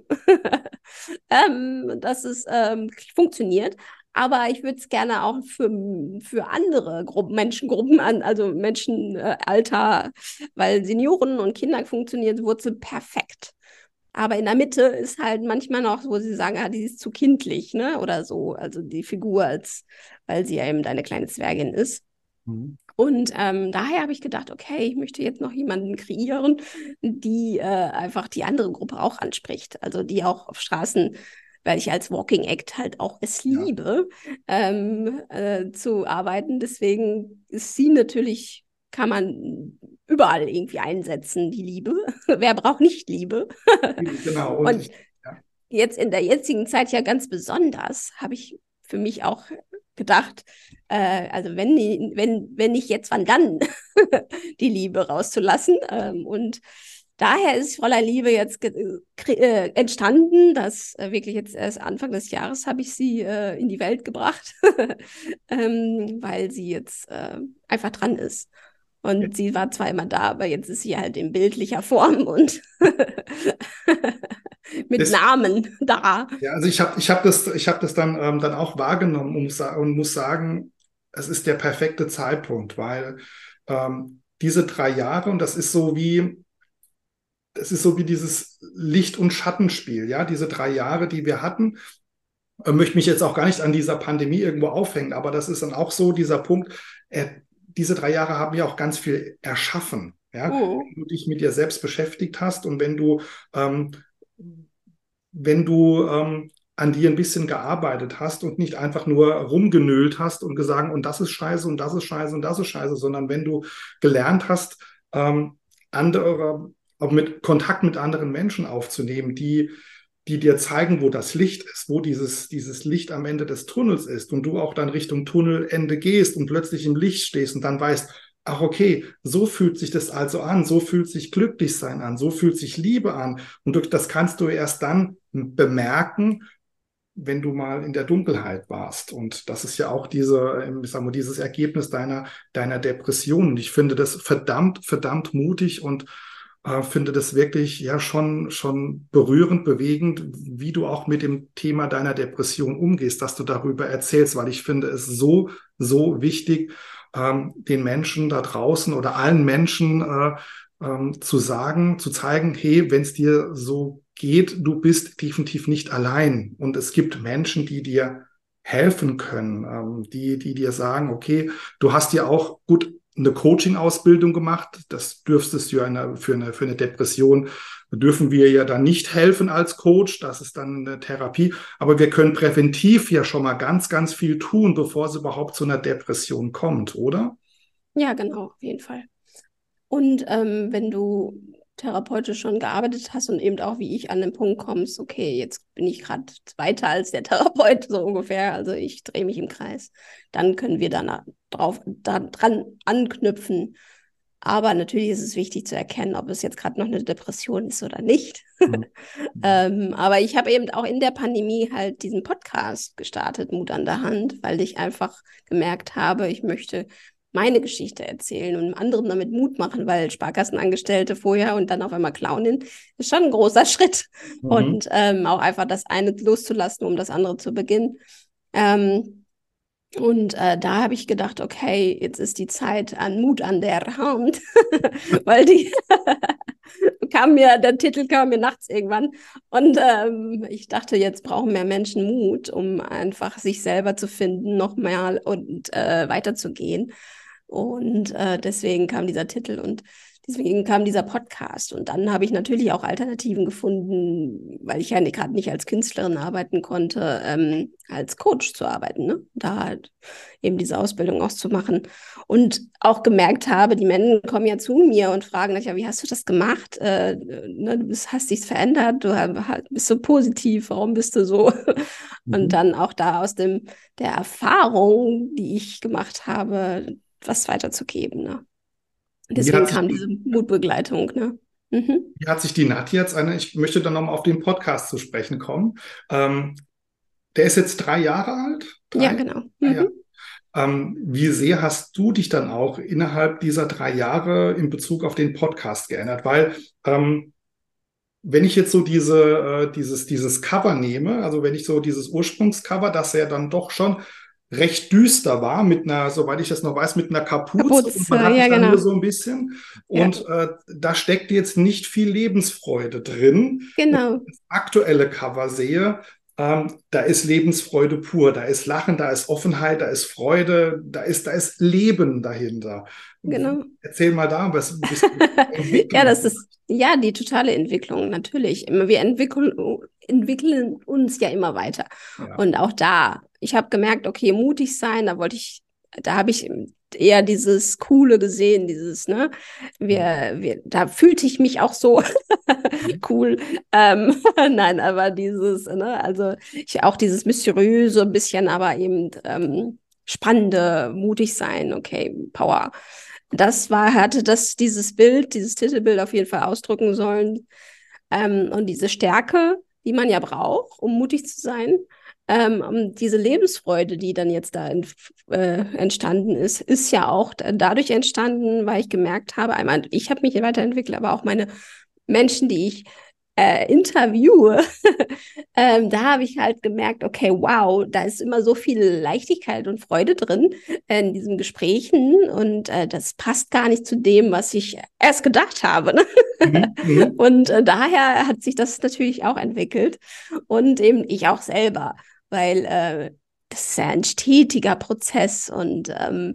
Speaker 2: Dass es funktioniert. Aber ich würde es gerne auch für andere Menschengruppen also Menschenalter, weil Senioren und Kinder funktioniert Wurzel perfekt. Aber in der Mitte ist halt manchmal noch, wo sie sagen, die ist zu kindlich, ne? Oder so. Also die Figur, weil sie ja eben eine kleine Zwergin ist.
Speaker 1: Mhm.
Speaker 2: Und daher habe ich gedacht, okay, ich möchte jetzt noch jemanden kreieren, die einfach die andere Gruppe auch anspricht. Also die auch auf Straßen, weil ich als Walking Act halt auch es
Speaker 1: Ja.
Speaker 2: liebe, zu arbeiten. Deswegen ist sie natürlich, kann man überall irgendwie einsetzen, die Liebe. Wer braucht nicht Liebe?
Speaker 1: Genau. Und
Speaker 2: Und
Speaker 1: ich, ja.
Speaker 2: jetzt in der jetzigen Zeit ja ganz besonders, habe ich für mich auch gedacht, also wenn nicht jetzt, wann dann, die Liebe rauszulassen. Und daher ist Fräulein Liebe jetzt entstanden, dass wirklich jetzt erst Anfang des Jahres habe ich sie in die Welt gebracht, weil sie jetzt einfach dran ist. Und sie war zwar immer da, aber jetzt ist sie halt in bildlicher Form und mit Namen da.
Speaker 1: Ja, also ich hab das dann auch wahrgenommen und muss sagen, es ist der perfekte Zeitpunkt, weil diese 3 Jahre, und das ist so wie dieses Licht- und Schattenspiel, ja, diese 3 Jahre, die wir hatten. Möchte mich jetzt auch gar nicht an dieser Pandemie irgendwo aufhängen, aber das ist dann auch so dieser Punkt, diese 3 Jahre haben ja auch ganz viel erschaffen. Ja,
Speaker 2: Mhm.
Speaker 1: wenn du dich mit dir selbst beschäftigt hast und wenn du an dir ein bisschen gearbeitet hast und nicht einfach nur rumgenölt hast und gesagt, und das ist scheiße und das ist scheiße und das ist scheiße, sondern wenn du gelernt hast, andere, auch mit Kontakt mit anderen Menschen aufzunehmen, die dir zeigen, wo das Licht ist, wo dieses Licht am Ende des Tunnels ist und du auch dann Richtung Tunnelende gehst und plötzlich im Licht stehst und dann weißt, ach okay, so fühlt sich das also an, so fühlt sich Glücklichsein an, so fühlt sich Liebe an. Und das kannst du erst dann bemerken, wenn du mal in der Dunkelheit warst. Und das ist ja auch ich sag mal, dieses Ergebnis deiner Depression. Und ich finde das verdammt, verdammt mutig und finde das wirklich ja schon berührend, bewegend, wie du auch mit dem Thema deiner Depression umgehst, dass du darüber erzählst, weil ich finde es so, so wichtig, den Menschen da draußen oder allen Menschen zu sagen, zu zeigen, hey, wenn es dir so geht, du bist definitiv nicht allein. Und es gibt Menschen, die dir helfen können, die dir sagen, okay, du hast ja auch gut eine Coaching-Ausbildung gemacht. Das dürftest du ja für eine Depression, dürfen wir ja dann nicht helfen als Coach. Das ist dann eine Therapie. Aber wir können präventiv ja schon mal ganz, ganz viel tun, bevor es überhaupt zu einer Depression kommt, oder?
Speaker 2: Ja, genau, auf jeden Fall. Und wenn du therapeutisch schon gearbeitet hast und eben auch wie ich an den Punkt kommst, okay, jetzt bin ich gerade weiter als der Therapeut, so ungefähr, also ich drehe mich im Kreis, dann können wir da dran anknüpfen. Aber natürlich ist es wichtig zu erkennen, ob es jetzt gerade noch eine Depression ist oder nicht.
Speaker 1: Mhm.
Speaker 2: Aber ich habe eben auch in der Pandemie halt diesen Podcast gestartet, Mut an der Hand, weil ich einfach gemerkt habe, ich möchte meine Geschichte erzählen und anderen damit Mut machen, weil Sparkassenangestellte vorher und dann auf einmal Clownin ist schon ein großer Schritt.
Speaker 1: Mhm.
Speaker 2: Und auch einfach das eine loszulassen, um das andere zu beginnen. Ähm, und da habe ich gedacht, okay, jetzt ist die Zeit an Mut an der Hand, weil der Titel kam mir nachts irgendwann. Und ich dachte, jetzt brauchen mehr Menschen Mut, um einfach sich selber zu finden, nochmal und weiterzugehen. Und deswegen kam dieser Titel und deswegen kam dieser Podcast. Und dann habe ich natürlich auch Alternativen gefunden, weil ich ja gerade nicht als Künstlerin arbeiten konnte, als Coach zu arbeiten, ne? Da halt eben diese Ausbildung auszumachen. Und auch gemerkt habe, die Menschen kommen ja zu mir und fragen, ja, wie hast du das gemacht? Ne, hast dich verändert, bist so positiv, warum bist du so? Und
Speaker 1: Mhm.
Speaker 2: dann auch da aus der Erfahrung, die ich gemacht habe, was weiterzugeben. Ne?
Speaker 1: Wie
Speaker 2: Deswegen
Speaker 1: hat sich
Speaker 2: kam diese Mutbegleitung. Ne? Mhm.
Speaker 1: Wie hat sich die Nadja ich möchte dann nochmal auf den Podcast zu sprechen kommen. Ähm, Der ist jetzt 3 Jahre alt.
Speaker 2: Ja,
Speaker 1: 3,
Speaker 2: genau.
Speaker 1: 3 Jahre.
Speaker 2: Mhm.
Speaker 1: Wie sehr hast du dich dann auch innerhalb dieser 3 Jahre in Bezug auf den Podcast geändert? Weil wenn ich jetzt so dieses Cover nehme, also wenn ich so dieses Ursprungscover, das ja dann doch schon recht düster war, mit einer, soweit ich das noch weiß, mit einer Kapuze und
Speaker 2: Kapuze,
Speaker 1: man hat
Speaker 2: ja,
Speaker 1: dich dann nur
Speaker 2: genau.
Speaker 1: so ein bisschen
Speaker 2: Ja,
Speaker 1: und da steckt jetzt nicht viel Lebensfreude drin. Und wenn
Speaker 2: genau.
Speaker 1: ich das aktuelle Cover sehe, da ist Lebensfreude pur, da ist Lachen, da ist Offenheit, da ist Freude, da ist Leben dahinter.
Speaker 2: Genau.
Speaker 1: Erzähl mal da was ein bisschen
Speaker 2: Ja,
Speaker 1: Entwicklung.
Speaker 2: das ist ja die totale Entwicklung, natürlich. Wir entwickeln uns ja immer weiter.
Speaker 1: Ja.
Speaker 2: Und auch da, ich habe gemerkt, okay, mutig sein, da habe ich eher dieses Coole gesehen, ne, da fühlte ich mich auch so cool. Nein, aber ne, also auch dieses Mysteriöse ein bisschen, aber eben spannende, mutig sein, okay, Power. hatte dieses Titelbild auf jeden Fall ausdrücken sollen. Und diese Stärke, die man ja braucht, um mutig zu sein, und diese Lebensfreude, die dann jetzt da entstanden ist ja auch dadurch entstanden, weil ich gemerkt habe, einmal, ich habe mich weiterentwickelt, aber auch meine Menschen, die ich interviewe, da habe ich halt gemerkt, okay, wow, da ist immer so viel Leichtigkeit und Freude drin in diesen Gesprächen und das passt gar nicht zu dem, was ich erst gedacht habe. Ne?
Speaker 1: Mhm. Mhm.
Speaker 2: Und daher hat sich das natürlich auch entwickelt und eben ich auch selber, weil das ist ja ein stetiger Prozess und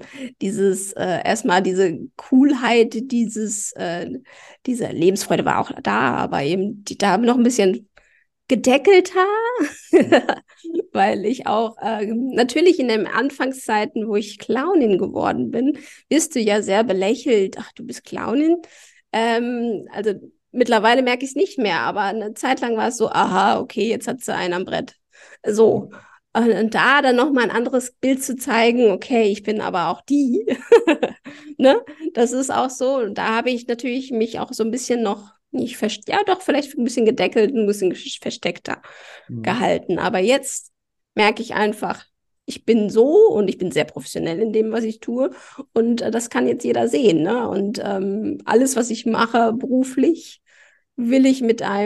Speaker 2: erstmal diese Coolheit, diese Lebensfreude war auch da, aber eben da noch ein bisschen gedeckelter, weil ich auch natürlich in den Anfangszeiten, wo ich Clownin geworden bin, wirst du ja sehr belächelt. Ach, du bist Clownin. Also mittlerweile merke ich es nicht mehr, aber eine Zeit lang war es so, aha, okay, jetzt hat sie einen am Brett. So. Und da dann nochmal ein anderes Bild zu zeigen, okay, ich bin aber auch die, ne? Das ist auch so. Und da habe ich natürlich mich auch so ein bisschen noch nicht ja doch, vielleicht ein bisschen gedeckelt, ein bisschen versteckter
Speaker 1: Mhm.
Speaker 2: gehalten. Aber jetzt merke ich einfach, ich bin so und ich bin sehr professionell in dem, was ich tue. Und das kann jetzt jeder sehen. Ne? Und alles, was ich mache beruflich, will ich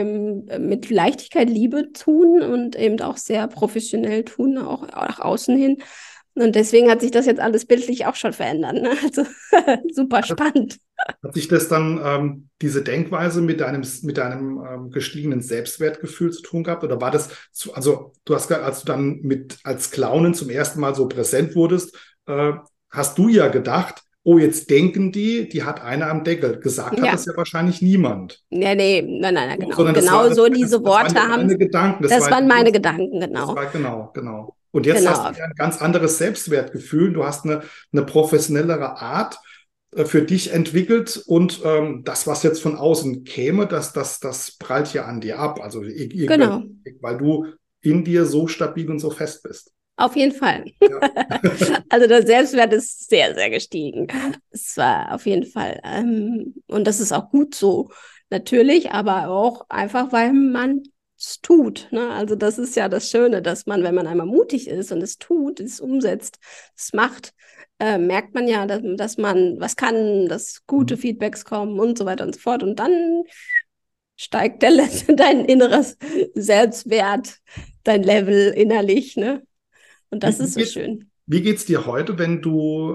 Speaker 2: mit Leichtigkeit, Liebe tun und eben auch sehr professionell tun, auch nach außen hin. Und deswegen hat sich das jetzt alles bildlich auch schon verändert. Ne? Also super spannend.
Speaker 1: Hat sich das dann, diese Denkweise mit deinem gestiegenen Selbstwertgefühl zu tun gehabt? Oder war das, also du hast, als du dann als Clownin zum ersten Mal so präsent wurdest, hast du ja gedacht, oh, jetzt denken die hat einer am Deckel. Gesagt hat
Speaker 2: Ja.
Speaker 1: das ja wahrscheinlich niemand.
Speaker 2: Ja, nee, nein, genau.
Speaker 1: Sondern
Speaker 2: Genau so diese
Speaker 1: das waren
Speaker 2: Worte
Speaker 1: ja
Speaker 2: haben,
Speaker 1: deine Gedanken.
Speaker 2: das waren meine Gedanken, genau.
Speaker 1: Genau. Und jetzt hast
Speaker 2: Genau,
Speaker 1: du ja ein ganz anderes Selbstwertgefühl. Du hast eine professionellere Art für dich entwickelt und das, was jetzt von außen käme, das prallt ja an dir ab. Also irgendwelche,
Speaker 2: genau.
Speaker 1: weil du in dir so stabil und so fest bist.
Speaker 2: Auf jeden Fall.
Speaker 1: Ja.
Speaker 2: Also der Selbstwert ist sehr, sehr gestiegen. Es war auf jeden Fall. Und das ist auch gut so, natürlich, aber auch einfach, weil man es tut. Ne? Also das ist ja das Schöne, dass man, wenn man einmal mutig ist und es tut, es umsetzt, es macht, merkt man ja, dass man was kann, dass gute Feedbacks kommen und so weiter und so fort. Und dann steigt dein inneres Selbstwert, dein Level innerlich, ne? Und
Speaker 1: Wie,
Speaker 2: das
Speaker 1: wie
Speaker 2: ist so
Speaker 1: geht's,
Speaker 2: schön.
Speaker 1: wie geht's dir heute, wenn du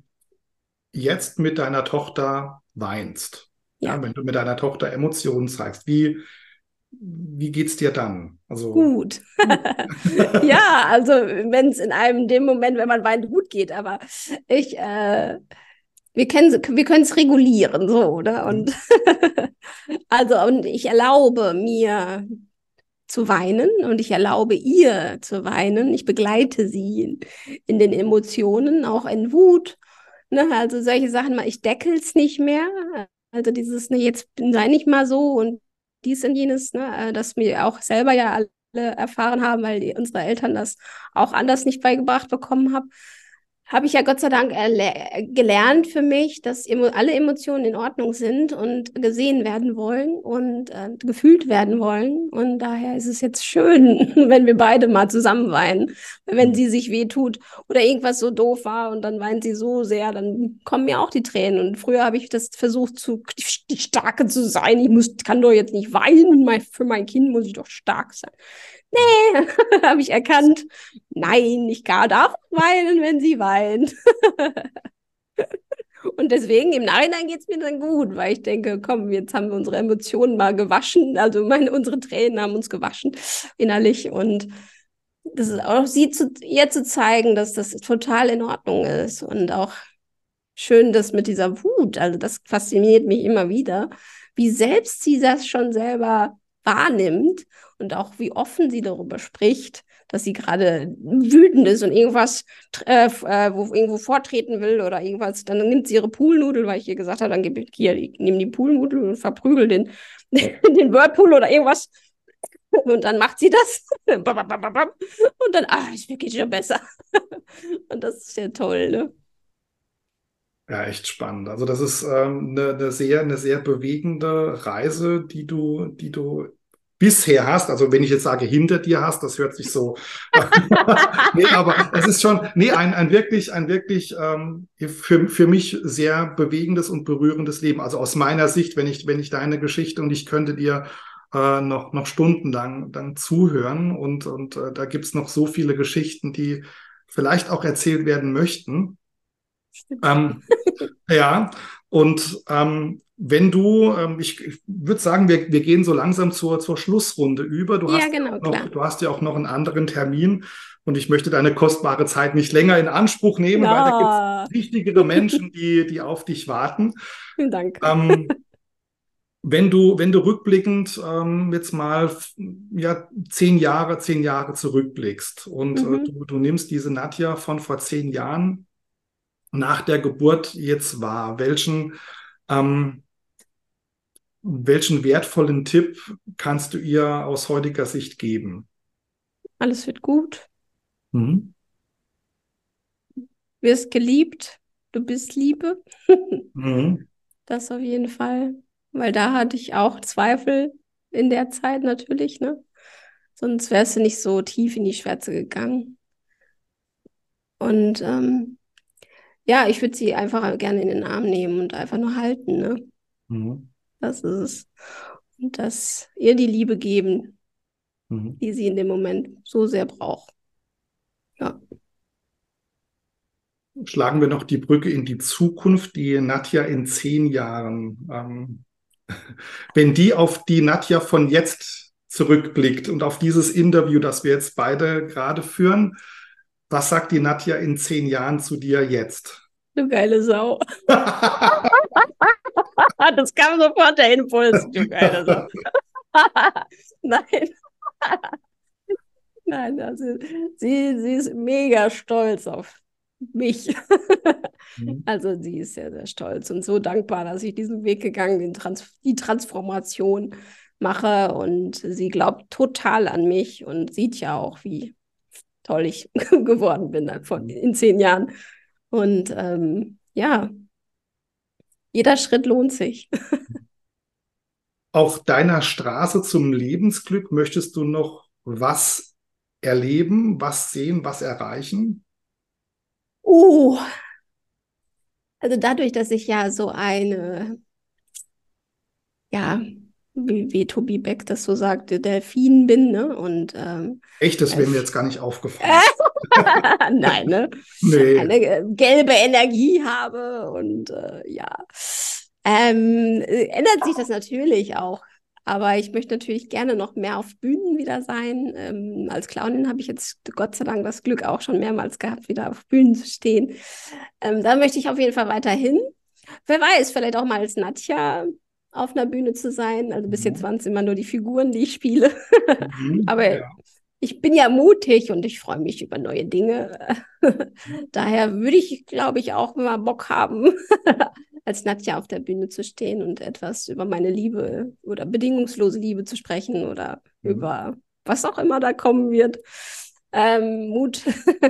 Speaker 1: jetzt mit deiner Tochter weinst? Ja,
Speaker 2: Ja,
Speaker 1: wenn du mit deiner Tochter Emotionen zeigst, wie geht's dir dann? Also,
Speaker 2: gut. Ja, also wenn es in einem dem Moment, wenn man weint, gut geht, aber ich, wir können es regulieren, so, oder? Und also, und ich erlaube mir zu weinen und ich erlaube ihr zu weinen. Ich begleite sie in den Emotionen, auch in Wut. Ne? Also solche Sachen, ich deckel es nicht mehr. Also dieses, ne, jetzt sei nicht mal so und dies und jenes, ne, dass wir auch selber ja alle erfahren haben, weil unsere Eltern das auch anders nicht beigebracht bekommen haben. Habe ich ja Gott sei Dank gelernt für mich, dass alle Emotionen in Ordnung sind und gesehen werden wollen und gefühlt werden wollen. Und daher ist es jetzt schön, wenn wir beide mal zusammen weinen, wenn sie sich wehtut oder irgendwas so doof war und dann weint sie so sehr, dann kommen mir auch die Tränen. Und früher habe ich das versucht, die Starke zu sein. Kann doch jetzt nicht weinen, für mein Kind muss ich doch stark sein. Nee, habe ich erkannt. Nein, darf weinen, wenn sie weint. Und deswegen im Nachhinein geht es mir dann gut, weil ich denke, komm, jetzt haben wir unsere Emotionen mal gewaschen. Also unsere Tränen haben uns gewaschen innerlich. Und das ist auch ihr zu zeigen, dass das total in Ordnung ist. Und auch schön, dass mit dieser Wut, also das fasziniert mich immer wieder, wie selbst sie das schon selber wahrnimmt und auch wie offen sie darüber spricht, dass sie gerade wütend ist und irgendwas irgendwo vortreten will oder irgendwas. Dann nimmt sie ihre Poolnudel, weil ich ihr gesagt habe, dann nimm die Poolnudel und verprügel den Whirlpool oder irgendwas. Und dann macht sie das. Und dann, es geht schon besser. Und das ist ja toll, ne?
Speaker 1: Ja, echt spannend. Also das ist eine sehr bewegende Reise, die du bisher hast. Also wenn ich jetzt sage, hinter dir hast, das hört sich so. Nee, aber es ist schon, nee, ein wirklich für mich sehr bewegendes und berührendes Leben. Also aus meiner Sicht, wenn ich deine Geschichte und ich könnte dir noch stundenlang dann zuhören und da gibt's noch so viele Geschichten, die vielleicht auch erzählt werden möchten.
Speaker 2: Stimmt.
Speaker 1: Ähm, ja, und wenn du, ich würde sagen, wir gehen so langsam zur Schlussrunde über.
Speaker 2: Ja, genau, klar.
Speaker 1: Du hast ja auch noch einen anderen Termin und ich möchte deine kostbare Zeit nicht länger in Anspruch nehmen, weil da gibt es
Speaker 2: Ja,
Speaker 1: wichtigere Menschen, die auf dich warten.
Speaker 2: danke.
Speaker 1: Ähm, wenn du rückblickend jetzt mal ja, 10 Jahre zurückblickst und
Speaker 2: Mhm.
Speaker 1: du nimmst diese Nadja von vor 10 Jahren nach der Geburt jetzt wahr, ähm, welchen wertvollen Tipp kannst du ihr aus heutiger Sicht geben?
Speaker 2: Alles wird gut.
Speaker 1: Mhm.
Speaker 2: Wirst geliebt. Du bist Liebe.
Speaker 1: Mhm.
Speaker 2: Das auf jeden Fall. Weil da hatte ich auch Zweifel in der Zeit natürlich, ne? Sonst wärst du nicht so tief in die Schwärze gegangen. Und ja, ich würde sie einfach gerne in den Arm nehmen und einfach nur halten, ne?
Speaker 1: Mhm.
Speaker 2: Das ist es. Und das ihr die Liebe geben,
Speaker 1: Mhm.
Speaker 2: die sie in dem Moment so sehr braucht. Ja.
Speaker 1: Schlagen wir noch die Brücke in die Zukunft, die Nadja in 10 Jahren. Wenn die auf die Nadja von jetzt zurückblickt und auf dieses Interview, das wir jetzt beide gerade führen, was sagt die Nadja in 10 Jahren zu dir jetzt?
Speaker 2: Du geile Sau. Das kam sofort der Impuls. Du geile Sau. Nein, nein, also sie ist mega stolz auf mich.
Speaker 1: Mhm.
Speaker 2: Also sie ist sehr, sehr stolz und so dankbar, dass ich diesen Weg gegangen bin, die Transformation mache und sie glaubt total an mich und sieht ja auch, wie toll ich geworden bin in 10 Jahren. Und ja, jeder Schritt lohnt sich.
Speaker 1: Auf deiner Straße zum Lebensglück möchtest du noch was erleben, was sehen, was erreichen?
Speaker 2: Uh, also dadurch, dass ich ja so eine, ja, wie Tobi Beck das so sagte, Delfin bin, ne? Und
Speaker 1: Echt, das wäre mir
Speaker 2: Delf
Speaker 1: jetzt gar nicht aufgefallen.
Speaker 2: nein, ne?
Speaker 1: Nee.
Speaker 2: Eine gelbe Energie habe und ja, ändert sich das natürlich auch. Aber ich möchte natürlich gerne noch mehr auf Bühnen wieder sein. Als Clownin habe ich jetzt Gott sei Dank das Glück auch schon mehrmals gehabt, wieder auf Bühnen zu stehen. Da möchte ich auf jeden Fall weiterhin. Wer weiß, vielleicht auch mal als Nadja auf einer Bühne zu sein. Also bis jetzt
Speaker 1: Mhm.
Speaker 2: waren es immer nur die Figuren, die ich spiele.
Speaker 1: Mhm.
Speaker 2: Aber
Speaker 1: Ja.
Speaker 2: ich bin ja mutig und ich freue mich über neue Dinge. Daher würde ich, glaube ich, auch mal Bock haben, als Nadja auf der Bühne zu stehen und etwas über meine Liebe oder bedingungslose Liebe zu sprechen oder
Speaker 1: Mhm.
Speaker 2: über was auch immer da kommen wird. Mut.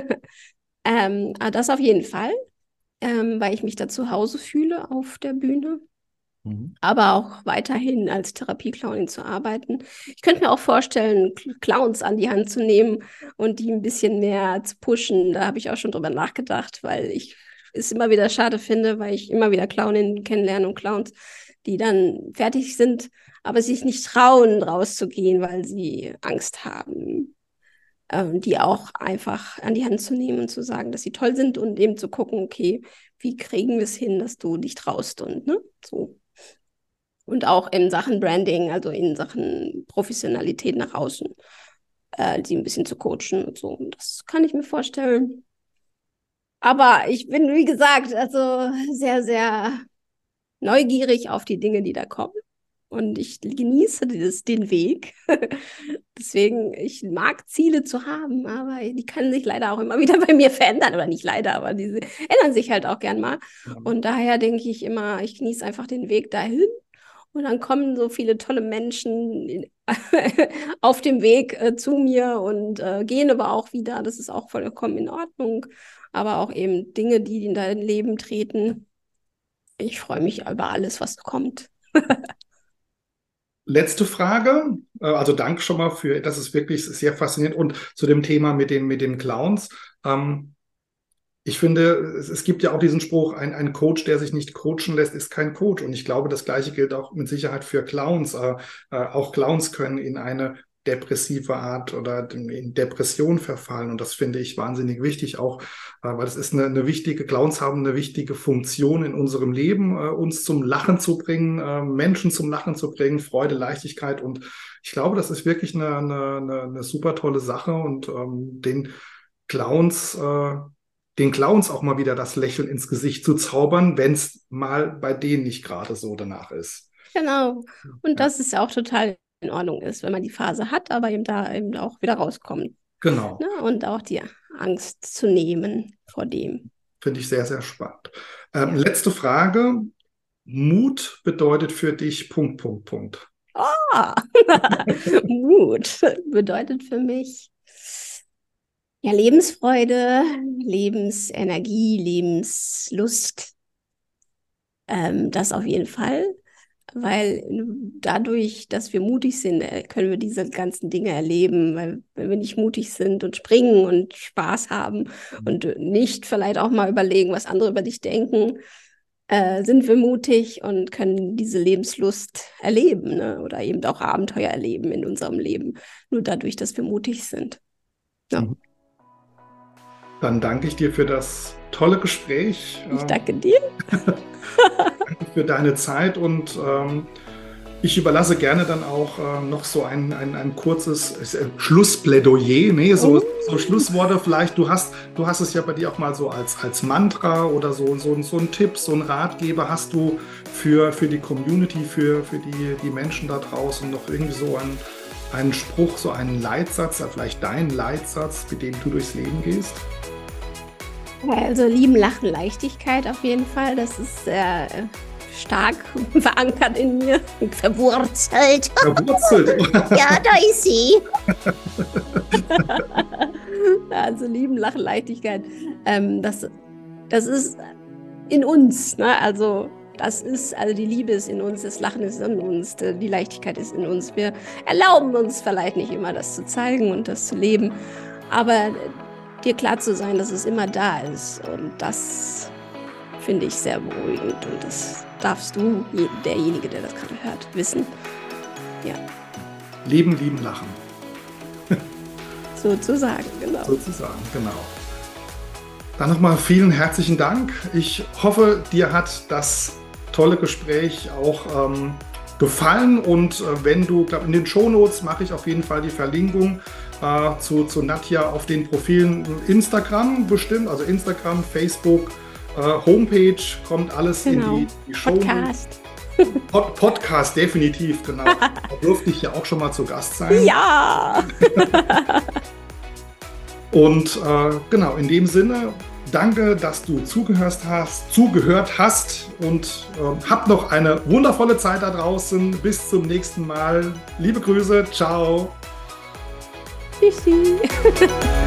Speaker 2: Das auf jeden Fall, weil ich mich da zu Hause fühle auf der Bühne,
Speaker 1: Mhm.
Speaker 2: aber auch weiterhin als Therapieclownin zu arbeiten. Ich könnte mir auch vorstellen, Clowns an die Hand zu nehmen und die ein bisschen mehr zu pushen. Da habe ich auch schon drüber nachgedacht, weil ich es immer wieder schade finde, weil ich immer wieder Clowninnen kennenlerne und Clowns, die dann fertig sind, aber sich nicht trauen, rauszugehen, weil sie Angst haben. Die auch einfach an die Hand zu nehmen und zu sagen, dass sie toll sind und eben zu gucken, okay, wie kriegen wir es hin, dass du dich traust und ne, so. Und auch in Sachen Branding, also in Sachen Professionalität nach außen, sie ein bisschen zu coachen und so. Und das kann ich mir vorstellen. Aber ich bin, wie gesagt, also sehr, sehr neugierig auf die Dinge, die da kommen. Und ich genieße den Weg. Deswegen, ich mag Ziele zu haben, aber die können sich leider auch immer wieder bei mir verändern. Oder nicht leider, aber diese ändern sich halt auch gern mal. Und daher denke ich immer, ich genieße einfach den Weg dahin. Und dann kommen so viele tolle Menschen auf dem Weg zu mir und gehen aber auch wieder. Das ist auch vollkommen in Ordnung. Aber auch eben Dinge, die in dein Leben treten. Ich freue mich über alles, was kommt.
Speaker 1: Letzte Frage. Also danke schon mal für, das ist wirklich sehr faszinierend. Und zu dem Thema mit den Clowns. Ich finde, es gibt ja auch diesen Spruch, ein Coach, der sich nicht coachen lässt, ist kein Coach. Und ich glaube, das Gleiche gilt auch mit Sicherheit für Clowns. Auch Clowns können in eine depressive Art oder in Depression verfallen. Und das finde ich wahnsinnig wichtig, auch weil es ist eine wichtige, Clowns haben eine wichtige Funktion in unserem Leben, uns zum Lachen zu bringen, Menschen zum Lachen zu bringen, Freude, Leichtigkeit. Und ich glaube, das ist wirklich eine super tolle Sache und Clowns, den Clowns auch mal wieder das Lächeln ins Gesicht zu zaubern, wenn es mal bei denen nicht gerade so danach ist.
Speaker 2: Genau. Und
Speaker 1: Ja,
Speaker 2: dass es ja auch total in Ordnung ist, wenn man die Phase hat, aber eben da eben auch wieder rauskommt.
Speaker 1: genau.
Speaker 2: Ne? Und auch die Angst zu nehmen vor dem.
Speaker 1: Finde ich sehr, sehr spannend.
Speaker 2: Ja.
Speaker 1: Letzte Frage. Mut bedeutet für dich Punkt, Punkt, Punkt.
Speaker 2: Ah, Mut bedeutet für mich ja Lebensfreude, Lebensenergie, Lebenslust. Das auf jeden Fall, weil dadurch, dass wir mutig sind, können wir diese ganzen Dinge erleben, weil wenn wir nicht mutig sind und springen und Spaß haben und nicht vielleicht auch mal überlegen, was andere über dich denken, sind wir mutig und können diese Lebenslust erleben, ne? Oder eben auch Abenteuer erleben in unserem Leben, nur dadurch, dass wir mutig sind. Ja.
Speaker 1: Mhm. Dann danke ich dir für das tolle Gespräch.
Speaker 2: Ich danke dir.
Speaker 1: Danke für deine Zeit und ich überlasse gerne dann auch noch so ein kurzes Schlussplädoyer, ne? So Schlussworte vielleicht. Du hast es ja bei dir auch mal so als Mantra oder so ein Tipp, so ein Ratgeber hast du für die Community, für die Menschen da draußen noch irgendwie so einen Spruch, so einen Leitsatz, vielleicht deinen Leitsatz, mit dem du durchs Leben gehst?
Speaker 2: Also lieben, Lachen, Leichtigkeit auf jeden Fall. Das ist sehr stark verankert in mir. Verwurzelt.
Speaker 1: Verwurzelt.
Speaker 2: Ja, da ist sie. Also lieben, Lachen, Leichtigkeit. Das ist in uns. Ne? Also die Liebe ist in uns, das Lachen ist in uns, die Leichtigkeit ist in uns. Wir erlauben uns vielleicht nicht immer, das zu zeigen und das zu leben. Aber dir klar zu sein, dass es immer da ist. Und das finde ich sehr beruhigend. Und das darfst du, derjenige, der das gerade hört, wissen. Ja.
Speaker 1: Leben, lieben, lachen.
Speaker 2: Sozusagen, genau.
Speaker 1: Sozusagen, genau. Dann nochmal vielen herzlichen Dank. Ich hoffe, dir hat das tolle Gespräch auch gefallen. Und wenn du, in den Shownotes mache ich auf jeden Fall die Verlinkung zu Nadja auf den Profilen Instagram bestimmt, also Instagram, Facebook, Homepage, kommt alles
Speaker 2: genau.
Speaker 1: in die Shownotes. Podcast, definitiv, genau. Da durfte ich ja auch schon mal zu Gast sein.
Speaker 2: Ja!
Speaker 1: Und genau, in dem Sinne, danke, dass du zugehört hast und hab noch eine wundervolle Zeit da draußen. Bis zum nächsten Mal. Liebe Grüße, ciao.
Speaker 2: Tschüssi.